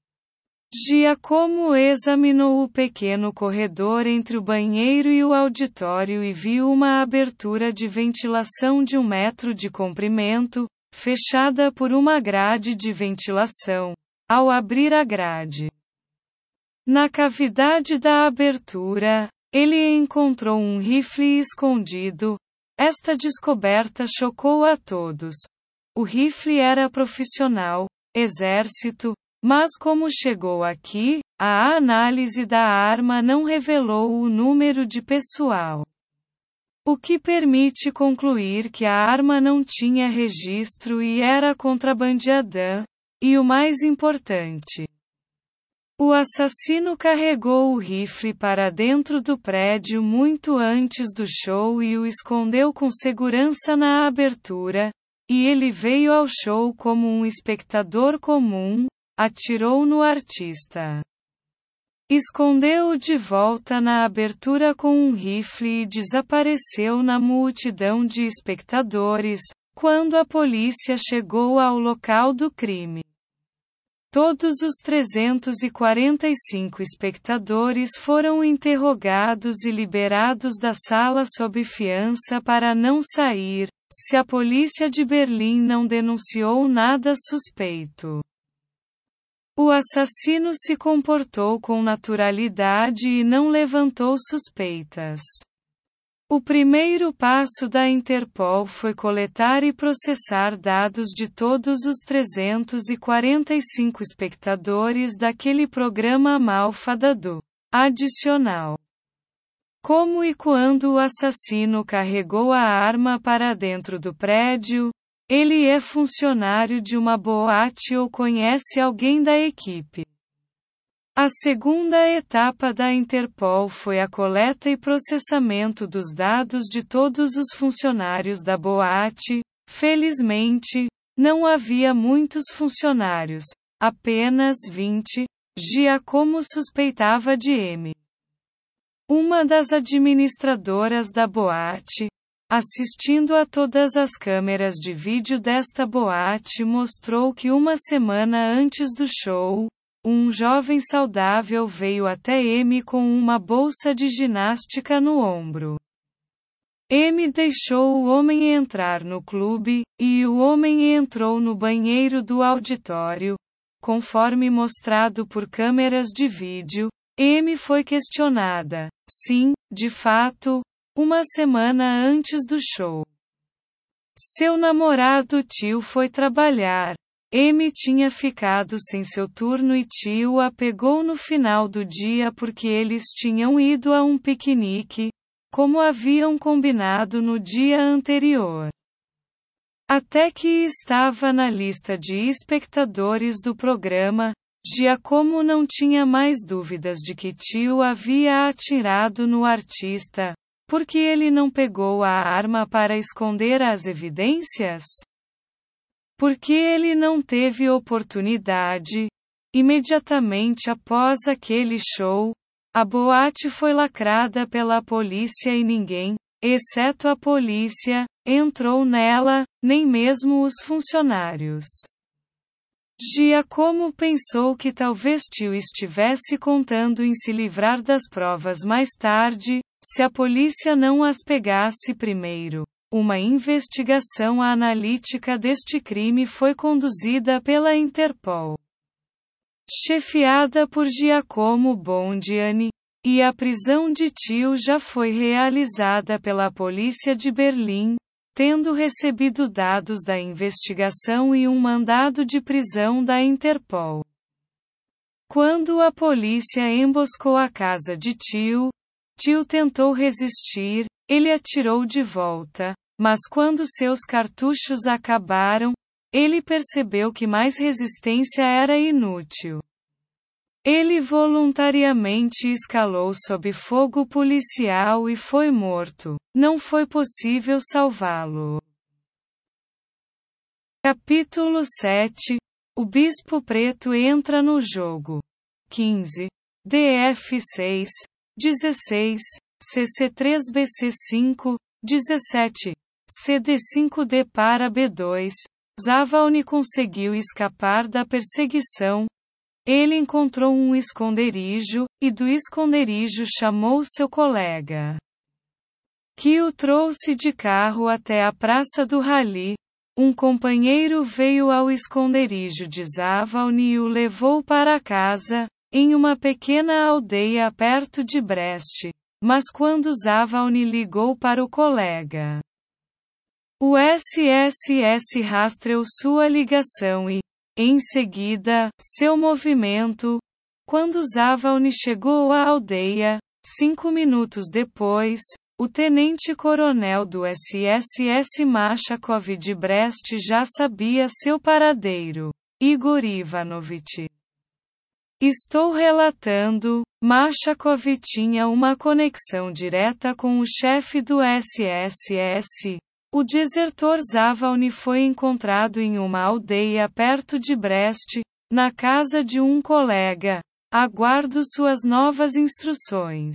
Giacomo examinou o pequeno corredor entre o banheiro e o auditório e viu uma abertura de ventilação de 1 metro de comprimento, fechada por uma grade de ventilação. Ao abrir a grade, na cavidade da abertura, ele encontrou um rifle escondido. Esta descoberta chocou a todos. O rifle era profissional, exército, mas como chegou aqui, a análise da arma não revelou o número de pessoal. O que permite concluir que a arma não tinha registro e era contrabandeada. E o mais importante, o assassino carregou o rifle para dentro do prédio muito antes do show e o escondeu com segurança na abertura. E ele veio ao show como um espectador comum, atirou no artista, escondeu-o de volta na abertura com um rifle e desapareceu na multidão de espectadores, quando a polícia chegou ao local do crime. Todos os 345 espectadores foram interrogados e liberados da sala sob fiança para não sair, se a polícia de Berlim não denunciou nada suspeito. O assassino se comportou com naturalidade e não levantou suspeitas. O primeiro passo da Interpol foi coletar e processar dados de todos os 345 espectadores daquele programa malfadado. Adicional. Como e quando o assassino carregou a arma para dentro do prédio? Ele é funcionário de uma boate ou conhece alguém da equipe? A segunda etapa da Interpol foi a coleta e processamento dos dados de todos os funcionários da boate, Felizmente, não havia muitos funcionários, apenas 20. Giacomo suspeitava de M. Uma das administradoras da boate, assistindo a todas as câmeras de vídeo desta boate, mostrou que uma semana antes do show, um jovem saudável veio até M com uma bolsa de ginástica no ombro. M deixou o homem entrar no clube, e o homem entrou no banheiro do auditório. Conforme mostrado por câmeras de vídeo, M foi questionada. Sim, de fato, uma semana antes do show. Seu namorado Tio foi trabalhar. M tinha ficado sem seu turno e Tio a pegou no final do dia porque eles tinham ido a um piquenique, como haviam combinado no dia anterior. Até que estava na lista de espectadores do programa, Giacomo não tinha mais dúvidas de que Tio havia atirado no artista, porque ele não pegou a arma para esconder as evidências? Porque ele não teve oportunidade. Imediatamente após aquele show, a boate foi lacrada pela polícia e ninguém, exceto a polícia, entrou nela, nem mesmo os funcionários. Giacomo pensou que talvez Tio estivesse contando em se livrar das provas mais tarde, se a polícia não as pegasse primeiro. Uma investigação analítica deste crime foi conduzida pela Interpol, chefiada por Giacomo Bondiani, e a prisão de Tio já foi realizada pela polícia de Berlim, tendo recebido dados da investigação e um mandado de prisão da Interpol. Quando a polícia emboscou a casa de Tio, Tio tentou resistir, ele atirou de volta, mas quando seus cartuchos acabaram, ele percebeu que mais resistência era inútil. Ele voluntariamente escalou sob fogo policial e foi morto. Não foi possível salvá-lo. Capítulo 7. O Bispo Preto entra no jogo. 15. DF 6. 16. CC3 BC 5. 17. CD5D para B2. Zavalny conseguiu escapar da perseguição. Ele encontrou um esconderijo, e do esconderijo chamou seu colega, que o trouxe de carro até a Praça do Rally. Um companheiro veio ao esconderijo de Zavalny e o levou para casa, em uma pequena aldeia perto de Brest. Mas quando Zavalny ligou para o colega, o SSS rastreou sua ligação e, em seguida, seu movimento. Quando Zavalny chegou à aldeia, 5 minutos depois, o tenente-coronel do SSS Machakov de Brest já sabia seu paradeiro. Igor Ivanovich. Estou relatando, Machakov tinha uma conexão direta com o chefe do SSS. O desertor Zavalny foi encontrado em uma aldeia perto de Brest, na casa de um colega. Aguardo suas novas instruções.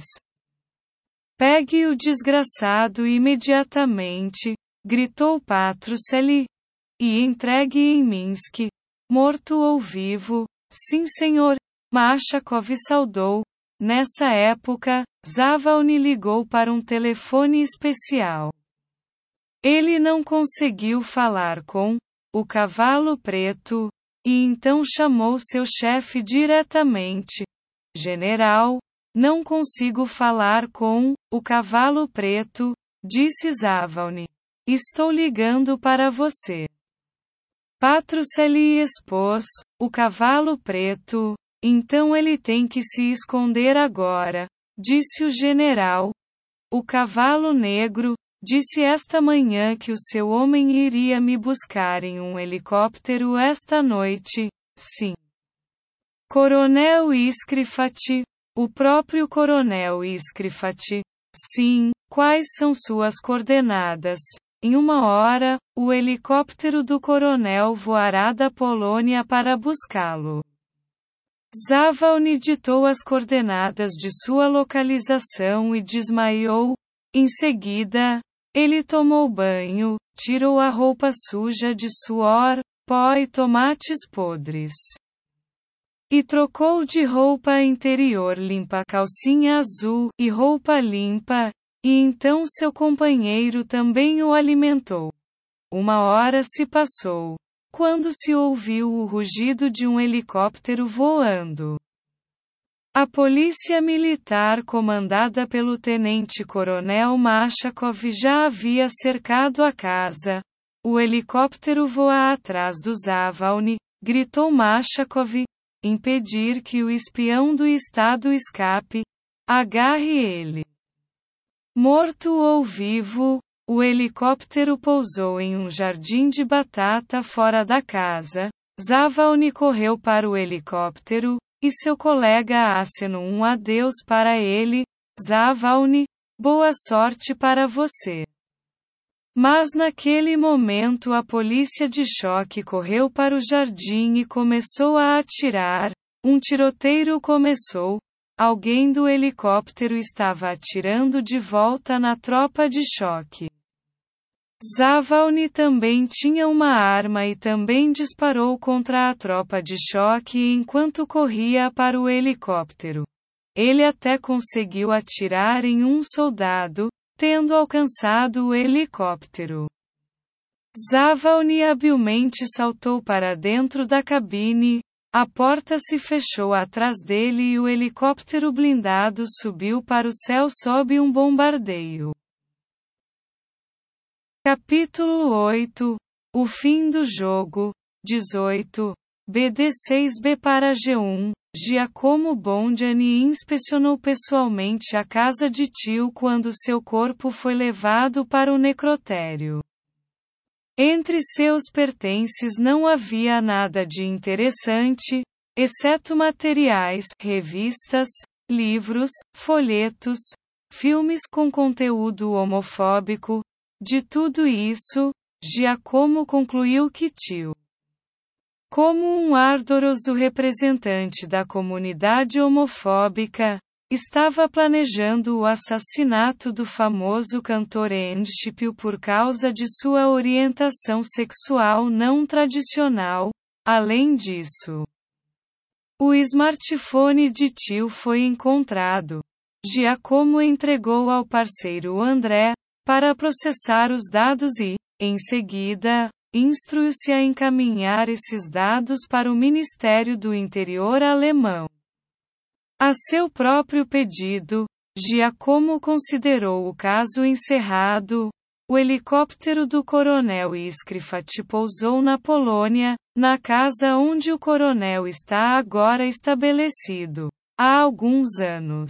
Pegue o desgraçado imediatamente, gritou Patrusely, e entregue em Minsk, morto ou vivo. Sim, senhor, Machakov saudou. Nessa época, Zavalny ligou para um telefone especial. Ele não conseguiu falar com o Cavalo Preto, e então chamou seu chefe diretamente. General, não consigo falar com o Cavalo Preto, disse Zavalny. Estou ligando para você. Patrusely expôs o Cavalo Preto. Então ele tem que se esconder agora, disse o general. O Cavalo Negro disse esta manhã que o seu homem iria me buscar em um helicóptero esta noite. Sim. Coronel Iskrifat. O próprio Coronel Iskrifat. Sim. Quais são suas coordenadas? Em 1 hora, o helicóptero do coronel voará da Polônia para buscá-lo. Zawalny ditou as coordenadas de sua localização e desmaiou. Em seguida, ele tomou banho, tirou a roupa suja de suor, pó e tomates podres. E trocou de roupa interior limpa, calcinha azul e roupa limpa, e então seu companheiro também o alimentou. 1 hora se passou, quando se ouviu o rugido de um helicóptero voando. A polícia militar comandada pelo tenente-coronel Machakov já havia cercado a casa. O helicóptero voa atrás do Zawalny, gritou Machakov, impedir que o espião do Estado escape. Agarre ele. Morto ou vivo, o helicóptero pousou em um jardim de batata fora da casa. Zawalny correu para o helicóptero, e seu colega acenou um adeus para ele. Zawalny, boa sorte para você. Mas naquele momento a polícia de choque correu para o jardim e começou a atirar. Um tiroteio começou. Alguém do helicóptero estava atirando de volta na tropa de choque. Zawalny também tinha uma arma e também disparou contra a tropa de choque enquanto corria para o helicóptero. Ele até conseguiu atirar em um soldado, tendo alcançado o helicóptero. Zawalny habilmente saltou para dentro da cabine, a porta se fechou atrás dele e o helicóptero blindado subiu para o céu sob um bombardeio. Capítulo 8 O fim do jogo. 18. BD6B para G1. Giacomo Bongianni inspecionou pessoalmente a casa de tio quando seu corpo foi levado para o necrotério. Entre seus pertences não havia nada de interessante, exceto materiais, revistas, livros, folhetos, filmes com conteúdo homofóbico. De tudo isso, Giacomo concluiu que tio, como um ardoroso representante da comunidade homofóbica, estava planejando o assassinato do famoso cantor Endshipil por causa de sua orientação sexual não tradicional. Além disso, o smartphone de tio foi encontrado. Giacomo entregou ao parceiro André, para processar os dados e, em seguida, instruiu-se a encaminhar esses dados para o Ministério do Interior alemão. A seu próprio pedido, Giacomo considerou o caso encerrado. O helicóptero do coronel Iskrifat pousou na Polônia, na casa onde o coronel está agora estabelecido, há alguns anos.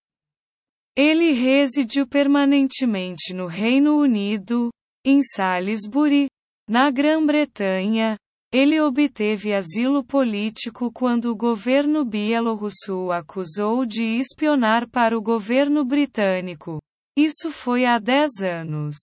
Ele residiu permanentemente no Reino Unido, em Salisbury, na Grã-Bretanha. Ele obteve asilo político quando o governo bielorrusso o acusou de espionar para o governo britânico. Isso foi há 10 anos.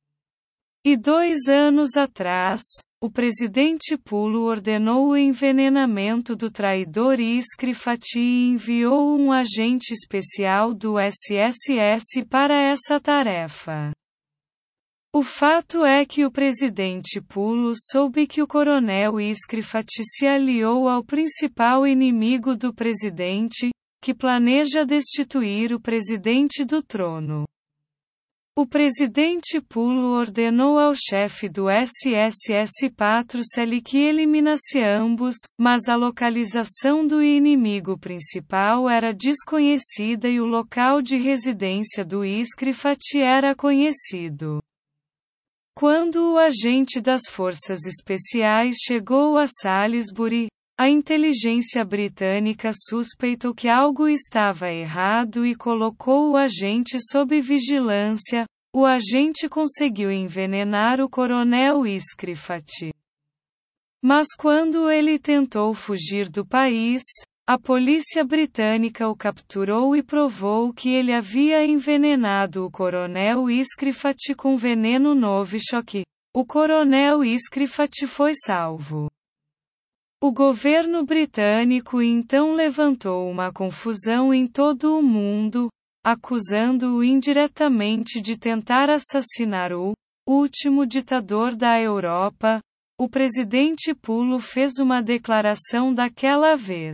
E 2 anos atrás, o presidente Pulo ordenou o envenenamento do traidor Iskrifat e enviou um agente especial do SSS para essa tarefa. O fato é que o presidente Pulo soube que o coronel Iskrifat se aliou ao principal inimigo do presidente, que planeja destituir o presidente do trono. O presidente Pulo ordenou ao chefe do SSS Patruseli que eliminasse ambos, mas a localização do inimigo principal era desconhecida e o local de residência do Iskrifat era conhecido. Quando o agente das forças especiais chegou a Salisbury, a inteligência britânica suspeitou que algo estava errado e colocou o agente sob vigilância. O agente conseguiu envenenar o coronel Iskrifat. Mas quando ele tentou fugir do país, A polícia britânica o capturou e provou que ele havia envenenado o coronel Iskrifat com veneno Novichok. O coronel Iskrifat foi salvo. O governo britânico então levantou uma confusão em todo o mundo, acusando-o indiretamente de tentar assassinar o último ditador da Europa. O presidente Pulo fez uma declaração daquela vez.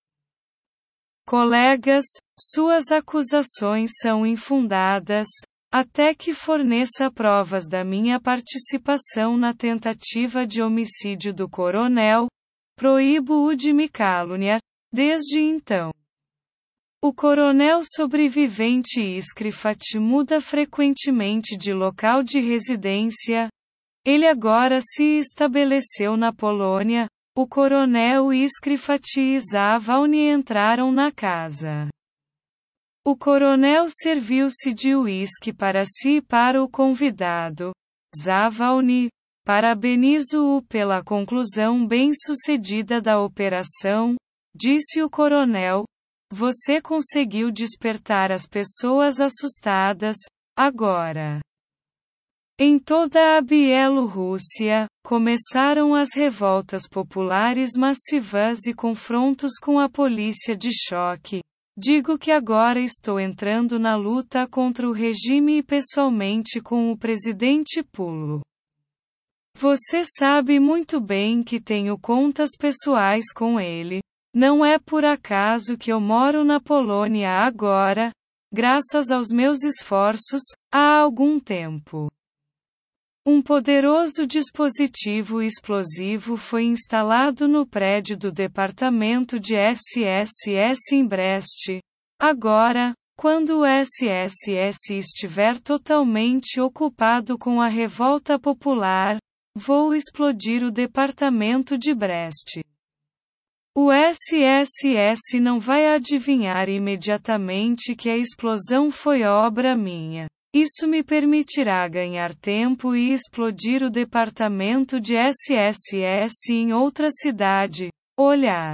Colegas, suas acusações são infundadas, até que forneça provas da minha participação na tentativa de homicídio do coronel. Proíbo-o de me caluniar. Desde então, o coronel sobrevivente Iskrifat muda frequentemente de local de residência. Ele agora se estabeleceu na Polônia. O coronel Iskrifat e Zawalny entraram na casa. O coronel serviu-se de uísque para si e para o convidado. Zawalny, parabenizo-o pela conclusão bem-sucedida da operação, disse o coronel. Você conseguiu despertar as pessoas assustadas, agora. Em toda a Bielorrússia, começaram as revoltas populares massivas e confrontos com a polícia de choque. Digo que agora estou entrando na luta contra o regime e pessoalmente com o presidente Pulo. Você sabe muito bem que tenho contas pessoais com ele. Não é por acaso que eu moro na Polônia agora, graças aos meus esforços, há algum tempo. Um poderoso dispositivo explosivo foi instalado no prédio do departamento de SSS em Brest. Agora, quando o SSS estiver totalmente ocupado com a revolta popular, vou explodir o departamento de Brest. O SSS não vai adivinhar imediatamente que a explosão foi obra minha. Isso me permitirá ganhar tempo e explodir o departamento de SSS em outra cidade. Olhar.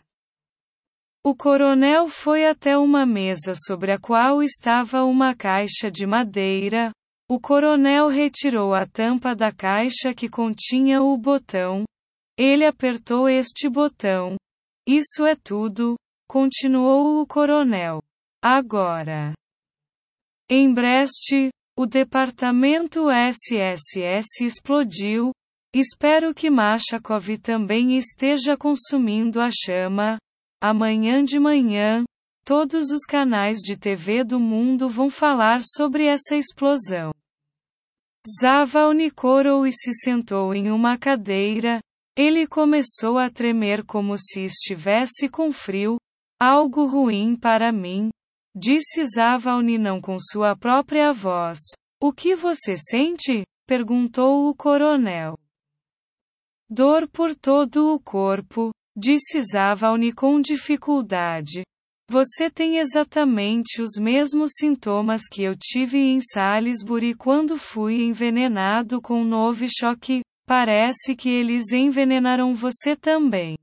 O coronel foi até uma mesa sobre a qual estava uma caixa de madeira. O coronel retirou a tampa da caixa que continha o botão. Ele apertou este botão. Isso é tudo, continuou o coronel. Agora. Em Brest, o departamento SSS explodiu. Espero que Machakov também esteja consumindo a chama. Amanhã de manhã, todos os canais de TV do mundo vão falar sobre essa explosão. Zawalny corou e se sentou em uma cadeira. Ele começou a tremer como se estivesse com frio. Algo ruim para mim, disse Zawalny não com sua própria voz. O que você sente? Perguntou o coronel. Dor por todo o corpo, disse Zawalny com dificuldade. Você tem exatamente os mesmos sintomas que eu tive em Salisbury quando fui envenenado com Novichok. Parece que eles envenenaram você também.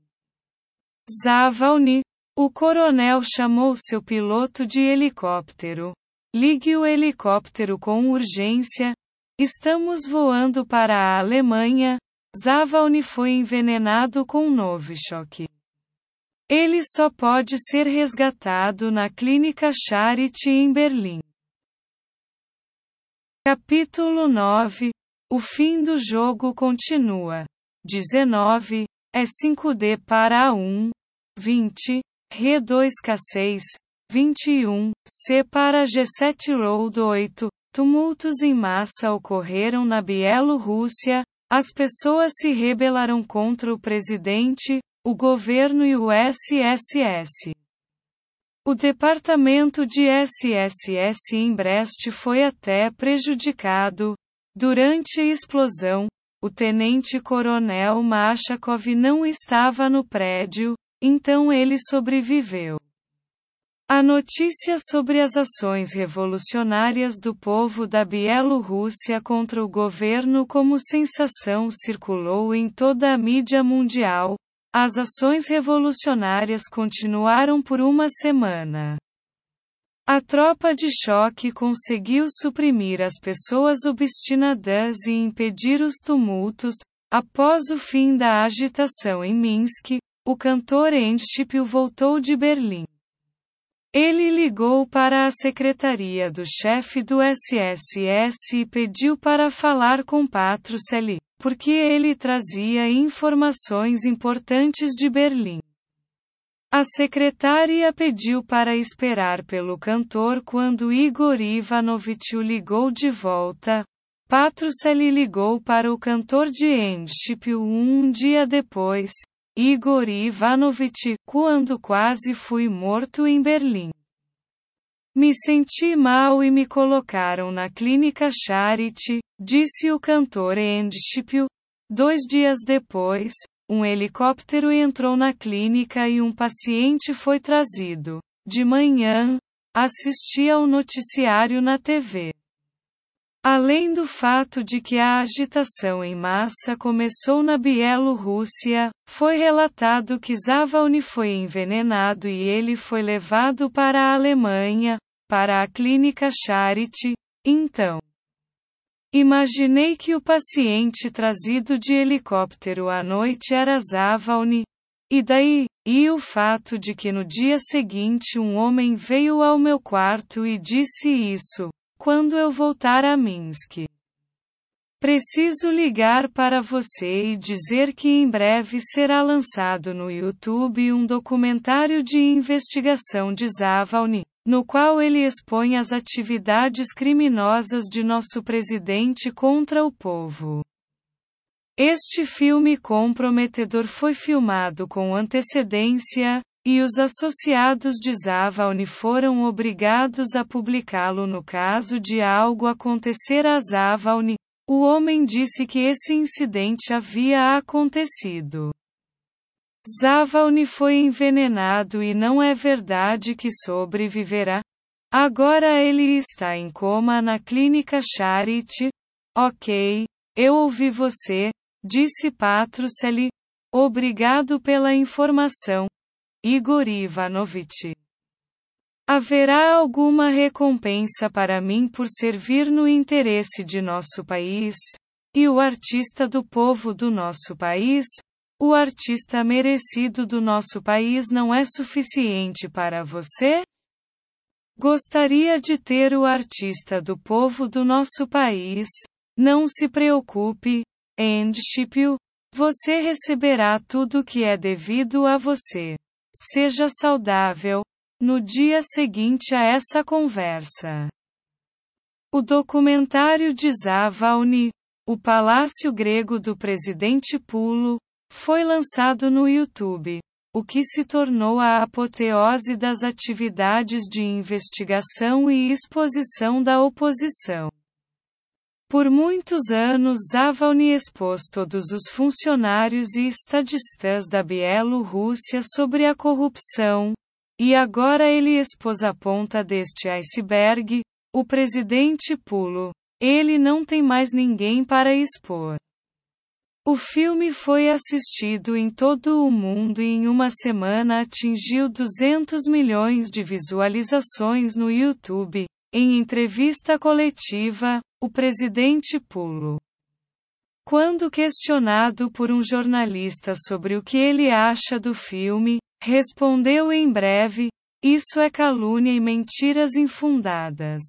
Zawalny. O coronel chamou seu piloto de helicóptero. Ligue o helicóptero com urgência. Estamos voando para a Alemanha. Zawalny foi envenenado com Novichok. Ele só pode ser resgatado na clínica Charité em Berlim. Capítulo 9. O fim do jogo continua. 19. É 5D para A1. 20. Re2K6, 21, C para G7 Road 8, tumultos em massa ocorreram na Bielorrússia, as pessoas se rebelaram contra o presidente, o governo e o SSS. O departamento de SSS em Brest foi até prejudicado. Durante a explosão, o tenente-coronel Machakov não estava no prédio, então ele sobreviveu. A notícia sobre as ações revolucionárias do povo da Bielorrússia contra o governo como sensação circulou em toda a mídia mundial. as ações revolucionárias continuaram por uma semana. A tropa de choque conseguiu suprimir as pessoas obstinadas e impedir os tumultos. Após o fim da agitação em Minsk, o cantor Endshipil voltou de Berlim. Ele ligou para a secretaria do chefe do SSS e pediu para falar com Patruseli, porque ele trazia informações importantes de Berlim. A secretária pediu para esperar pelo cantor quando Igor Ivanovich o ligou de volta. Patruseli ligou para o cantor de Endshipil um dia depois. Igor Ivanovich, quando quase fui morto em Berlim. Me senti mal e me colocaram na clínica Charity, disse o cantor Endshipil. 2 dias depois, um helicóptero entrou na clínica e um paciente foi trazido. De manhã, assisti ao noticiário na TV. Além do fato de que a agitação em massa começou na Bielorrússia, foi relatado que Zavalny foi envenenado e ele foi levado para a Alemanha, para a clínica Charity. Então, imaginei que o paciente trazido de helicóptero à noite era Zavalny. E daí? E o fato de que no dia seguinte um homem veio ao meu quarto e disse isso. Quando eu voltar a Minsk, preciso ligar para você e dizer que em breve será lançado no YouTube um documentário de investigação de Zavalny, no qual ele expõe as atividades criminosas de nosso presidente contra o povo. Este filme comprometedor foi filmado com antecedência, e os associados de Zavalny foram obrigados a publicá-lo no caso de algo acontecer a Zavalny. O homem disse que esse incidente havia acontecido. Zavalny foi envenenado e não é verdade que sobreviverá. Agora ele está em coma na clínica Charity. Ok, eu ouvi você, disse Patruseli. Obrigado pela informação, Igor Ivanovich. Haverá alguma recompensa para mim por servir no interesse de nosso país? E o artista do povo do nosso país? O artista merecido do nosso país não é suficiente para você? Gostaria de ter o artista do povo do nosso país? Não se preocupe, Endshipil. Você receberá tudo o que é devido a você. Seja saudável. No dia seguinte a essa conversa, o documentário de Zavalny, O Palácio Grego do Presidente Pulo, foi lançado no YouTube, o que se tornou a apoteose das atividades de investigação e exposição da oposição. Por muitos anos Zavalny expôs todos os funcionários e estadistas da Bielorrússia sobre a corrupção, e agora ele expôs a ponta deste iceberg, o presidente Pulo. Ele não tem mais ninguém para expor. O filme foi assistido em todo o mundo e em uma semana atingiu 200 milhões de visualizações no YouTube. Em entrevista coletiva, o presidente Pulo, quando questionado por um jornalista sobre o que ele acha do filme, respondeu em breve: isso é calúnia e mentiras infundadas.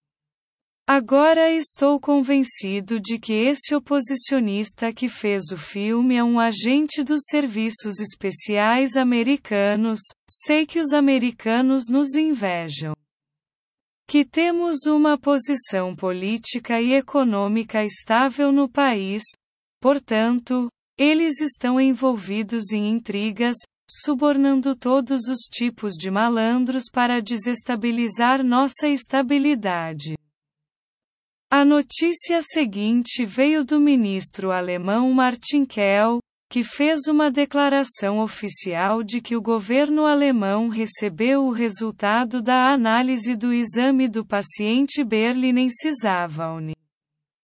Agora estou convencido de que esse oposicionista que fez o filme é um agente dos serviços especiais americanos. Sei que os americanos nos invejam. Que temos uma posição política e econômica estável no país, portanto, eles estão envolvidos em intrigas, subornando todos os tipos de malandros para desestabilizar nossa estabilidade. A notícia seguinte veio do ministro alemão Martin Kehl, que fez uma declaração oficial de que o governo alemão recebeu o resultado da análise do exame do paciente berlinense Zavalny.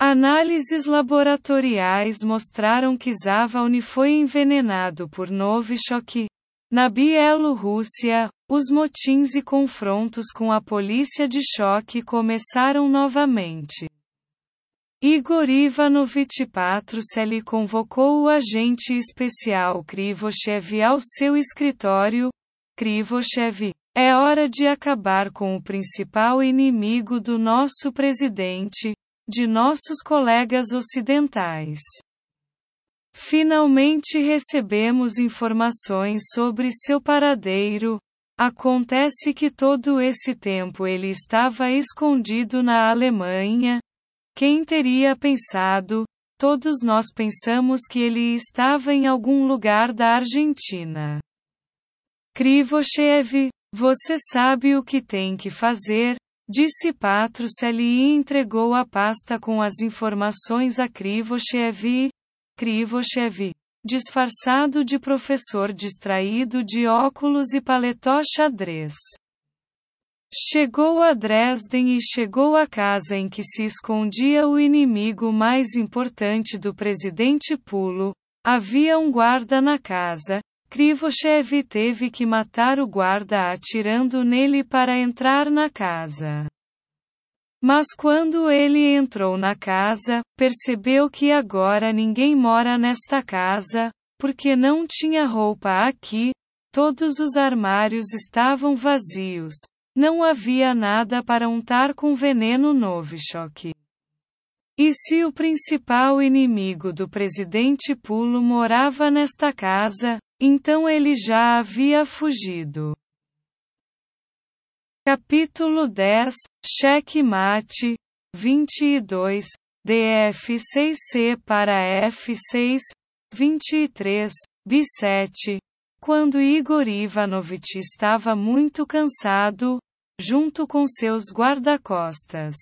Análises laboratoriais mostraram que Zavalny foi envenenado por Novichok. Na Bielorrússia, os motins e confrontos com a polícia de choque começaram novamente. Igor Ivanovich Patrusely convocou o agente especial Krivoshev ao seu escritório. Krivoshev, é hora de acabar com o principal inimigo do nosso presidente, de nossos colegas ocidentais. Finalmente recebemos informações sobre seu paradeiro. Acontece que todo esse tempo ele estava escondido na Alemanha. Quem teria pensado? Todos nós pensamos que ele estava em algum lugar da Argentina. Krivoshev, você sabe o que tem que fazer, disse Patrusely e entregou a pasta com as informações a Krivoshev. Krivoshev, disfarçado de professor distraído de óculos e paletó xadrez. Chegou a Dresden e chegou à casa em que se escondia o inimigo mais importante do presidente Pulo. Havia um guarda na casa. Krivoshev teve que matar o guarda atirando nele para entrar na casa. Mas quando ele entrou na casa, percebeu que agora ninguém mora nesta casa, porque não tinha roupa aqui, todos os armários estavam vazios. Não havia nada para untar com veneno Novichok. E se o principal inimigo do presidente Pulo morava nesta casa, então ele já havia fugido. Capítulo 10, Checkmate, 22, DF6C para F6, 23, B7. Quando Igor Ivanovich estava muito cansado, junto com seus guarda-costas,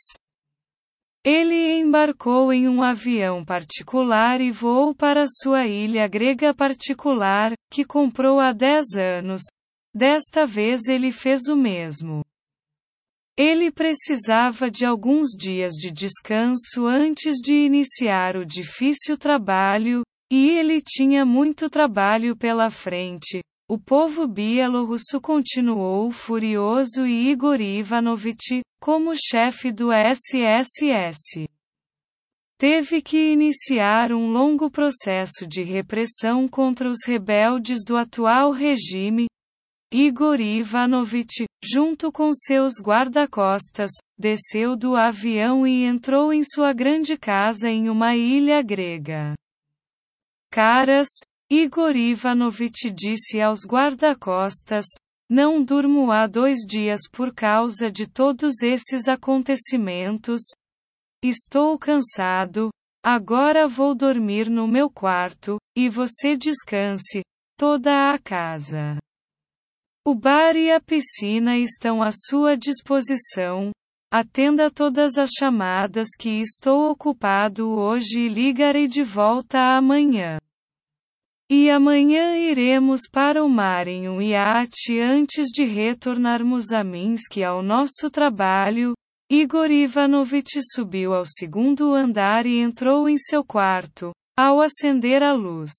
ele embarcou em um avião particular e voou para sua ilha grega particular, que comprou há 10 anos. Desta vez ele fez o mesmo. Ele precisava de alguns dias de descanso antes de iniciar o difícil trabalho, e ele tinha muito trabalho pela frente. O povo bielorrusso continuou furioso e Igor Ivanovich, como chefe do SSS, teve que iniciar um longo processo de repressão contra os rebeldes do atual regime. Igor Ivanovich, junto com seus guarda-costas, desceu do avião e entrou em sua grande casa em uma ilha grega. Caras, Igor Ivanovich disse aos guarda-costas, não durmo há 2 dias por causa de todos esses acontecimentos. Estou cansado, agora vou dormir no meu quarto, e você descanse, toda a casa. O bar e a piscina estão à sua disposição. Atenda todas as chamadas que estou ocupado hoje e ligarei de volta amanhã. E amanhã iremos para o mar em um iate antes de retornarmos a Minsk ao nosso trabalho. Igor Ivanovich subiu ao 2º andar e entrou em seu quarto. Ao acender a luz,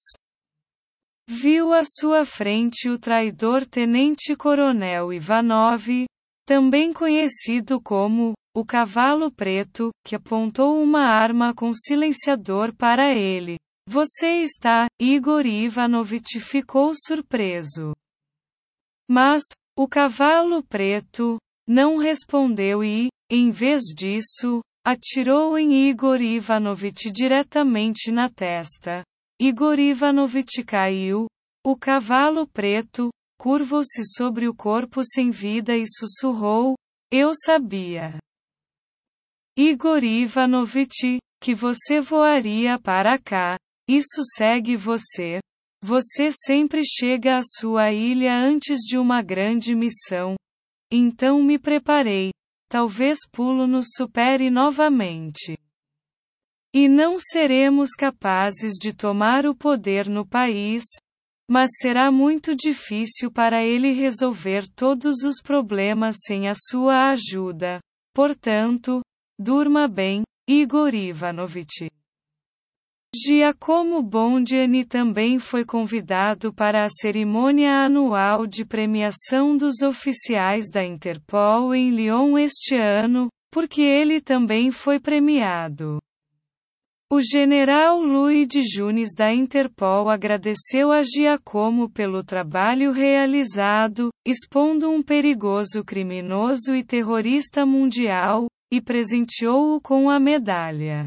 viu à sua frente o traidor tenente-coronel Ivanov, também conhecido como o Cavalo Preto, que apontou uma arma com silenciador para ele. Você está? Igor Ivanovich ficou surpreso. Mas, o Cavalo Preto não respondeu e, em vez disso, atirou em Igor Ivanovich diretamente na testa. Igor Ivanovich caiu. O Cavalo Preto curvou-se sobre o corpo sem vida e sussurrou: eu sabia. Igor Ivanovich, que você voaria para cá. Isso segue você. Você sempre chega à sua ilha antes de uma grande missão. Então me preparei. Talvez Pulo nos supere novamente. E não seremos capazes de tomar o poder no país, mas será muito difícil para ele resolver todos os problemas sem a sua ajuda. Portanto, durma bem. Igor Ivanovich. Giacomo Bondiani também foi convidado para a cerimônia anual de premiação dos oficiais da Interpol em Lyon este ano, porque ele também foi premiado. O general Louis de Junhes da Interpol agradeceu a Giacomo pelo trabalho realizado, expondo um perigoso criminoso e terrorista mundial, e presenteou-o com a medalha.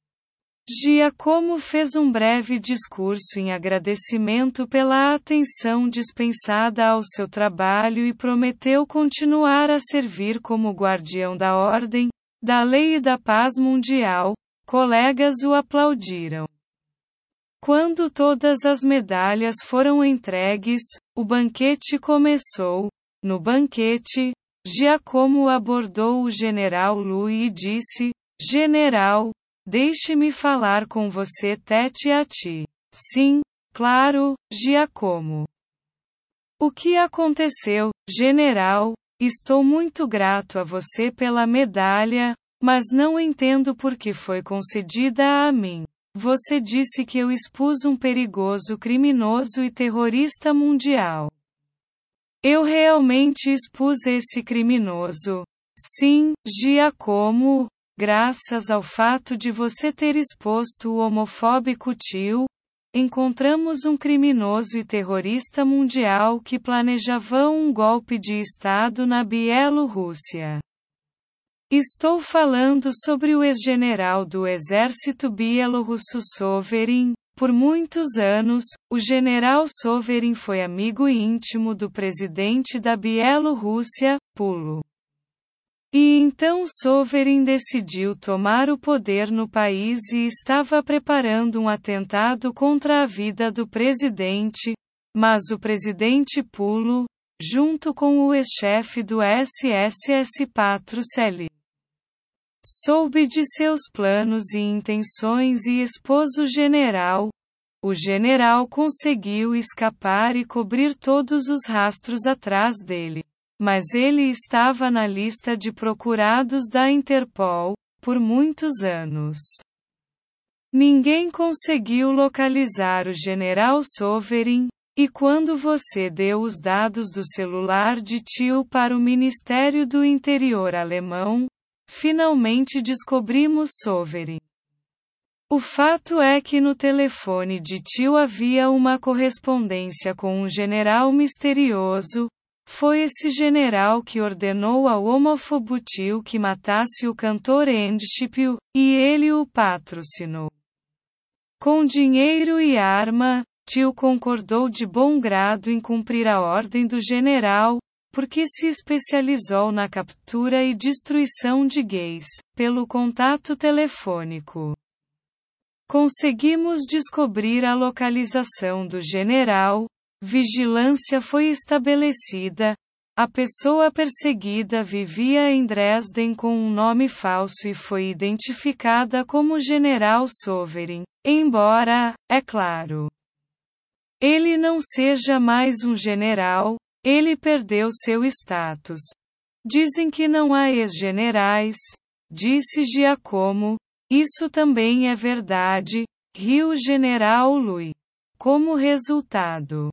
Giacomo fez um breve discurso em agradecimento pela atenção dispensada ao seu trabalho e prometeu continuar a servir como guardião da ordem, da lei e da paz mundial. Colegas o aplaudiram. Quando todas as medalhas foram entregues, o banquete começou. No banquete, Giacomo abordou o general Louis e disse: General, deixe-me falar com você tete a tete. Sim, claro, Giacomo. O que aconteceu, general? Estou muito grato a você pela medalha, mas não entendo por que foi concedida a mim. Você disse que eu expus um perigoso criminoso e terrorista mundial. Eu realmente expus esse criminoso. Sim, Giacomo, graças ao fato de você ter exposto o homofóbico tio, encontramos um criminoso e terrorista mundial que planejava um golpe de Estado na Bielorrússia. Estou falando sobre o ex-general do exército bielorrusso Soverin. Por muitos anos, o general Soverin foi amigo íntimo do presidente da Bielorrússia, Pulo. E então Soverin decidiu tomar o poder no país e estava preparando um atentado contra a vida do presidente, mas o presidente Pulo, junto com o ex-chefe do SSS Patruseli, soube de seus planos e intenções e expôs o general. O general conseguiu escapar e cobrir todos os rastros atrás dele. Mas ele estava na lista de procurados da Interpol, por muitos anos. Ninguém conseguiu localizar o general Soverin, e quando você deu os dados do celular de tio para o Ministério do Interior alemão, finalmente descobrimos Soverin. O fato é que no telefone de tio havia uma correspondência com um general misterioso. Foi esse general que ordenou ao homófobo tio que matasse o cantor Endshipio, e ele o patrocinou. Com dinheiro e arma, tio concordou de bom grado em cumprir a ordem do general, porque se especializou na captura e destruição de gays, pelo contato telefônico. Conseguimos descobrir a localização do general, vigilância foi estabelecida, a pessoa perseguida vivia em Dresden com um nome falso e foi identificada como General Soverin, embora, é claro, ele não seja mais um general, ele perdeu seu status. Dizem que não há ex-generais, disse Giacomo, isso também é verdade, riu o general Louis. Como resultado,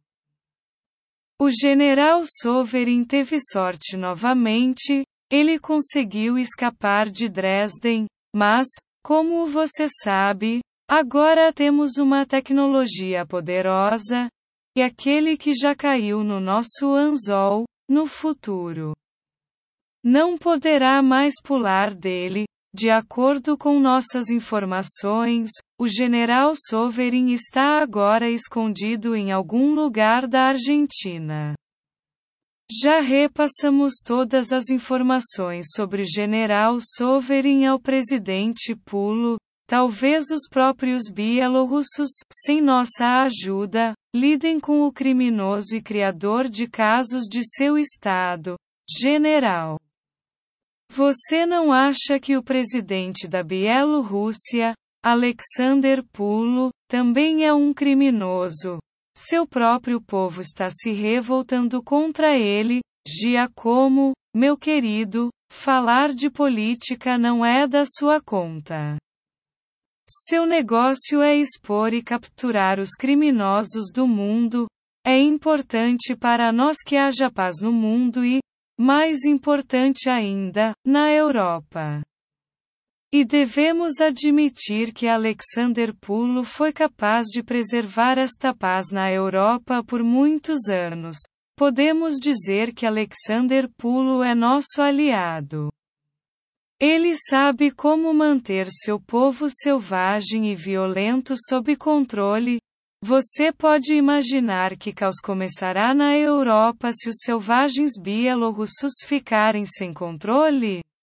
o general Soverin teve sorte novamente, ele conseguiu escapar de Dresden, mas, como você sabe, agora temos uma tecnologia poderosa, e aquele que já caiu no nosso anzol, no futuro, não poderá mais pular dele. De acordo com nossas informações, o general Soverin está agora escondido em algum lugar da Argentina. Já repassamos todas as informações sobre o general Soverin ao presidente Pulo. Talvez os próprios bielorrussos, sem nossa ajuda, lidem com o criminoso e criador de casos de seu estado, general. Você não acha que o presidente da Bielorrússia, Alexander Pulo, também é um criminoso? Seu próprio povo está se revoltando contra ele. Giacomo, meu querido, falar de política não é da sua conta. Seu negócio é expor e capturar os criminosos do mundo. É importante para nós que haja paz no mundo e, mais importante ainda, na Europa. E devemos admitir que Alexander Pulo foi capaz de preservar esta paz na Europa por muitos anos. Podemos dizer que Alexander Pulo é nosso aliado. Ele sabe como manter seu povo selvagem e violento sob controle. Você pode imaginar que caos começará na Europa se os selvagens bielorrussos ficarem sem controle?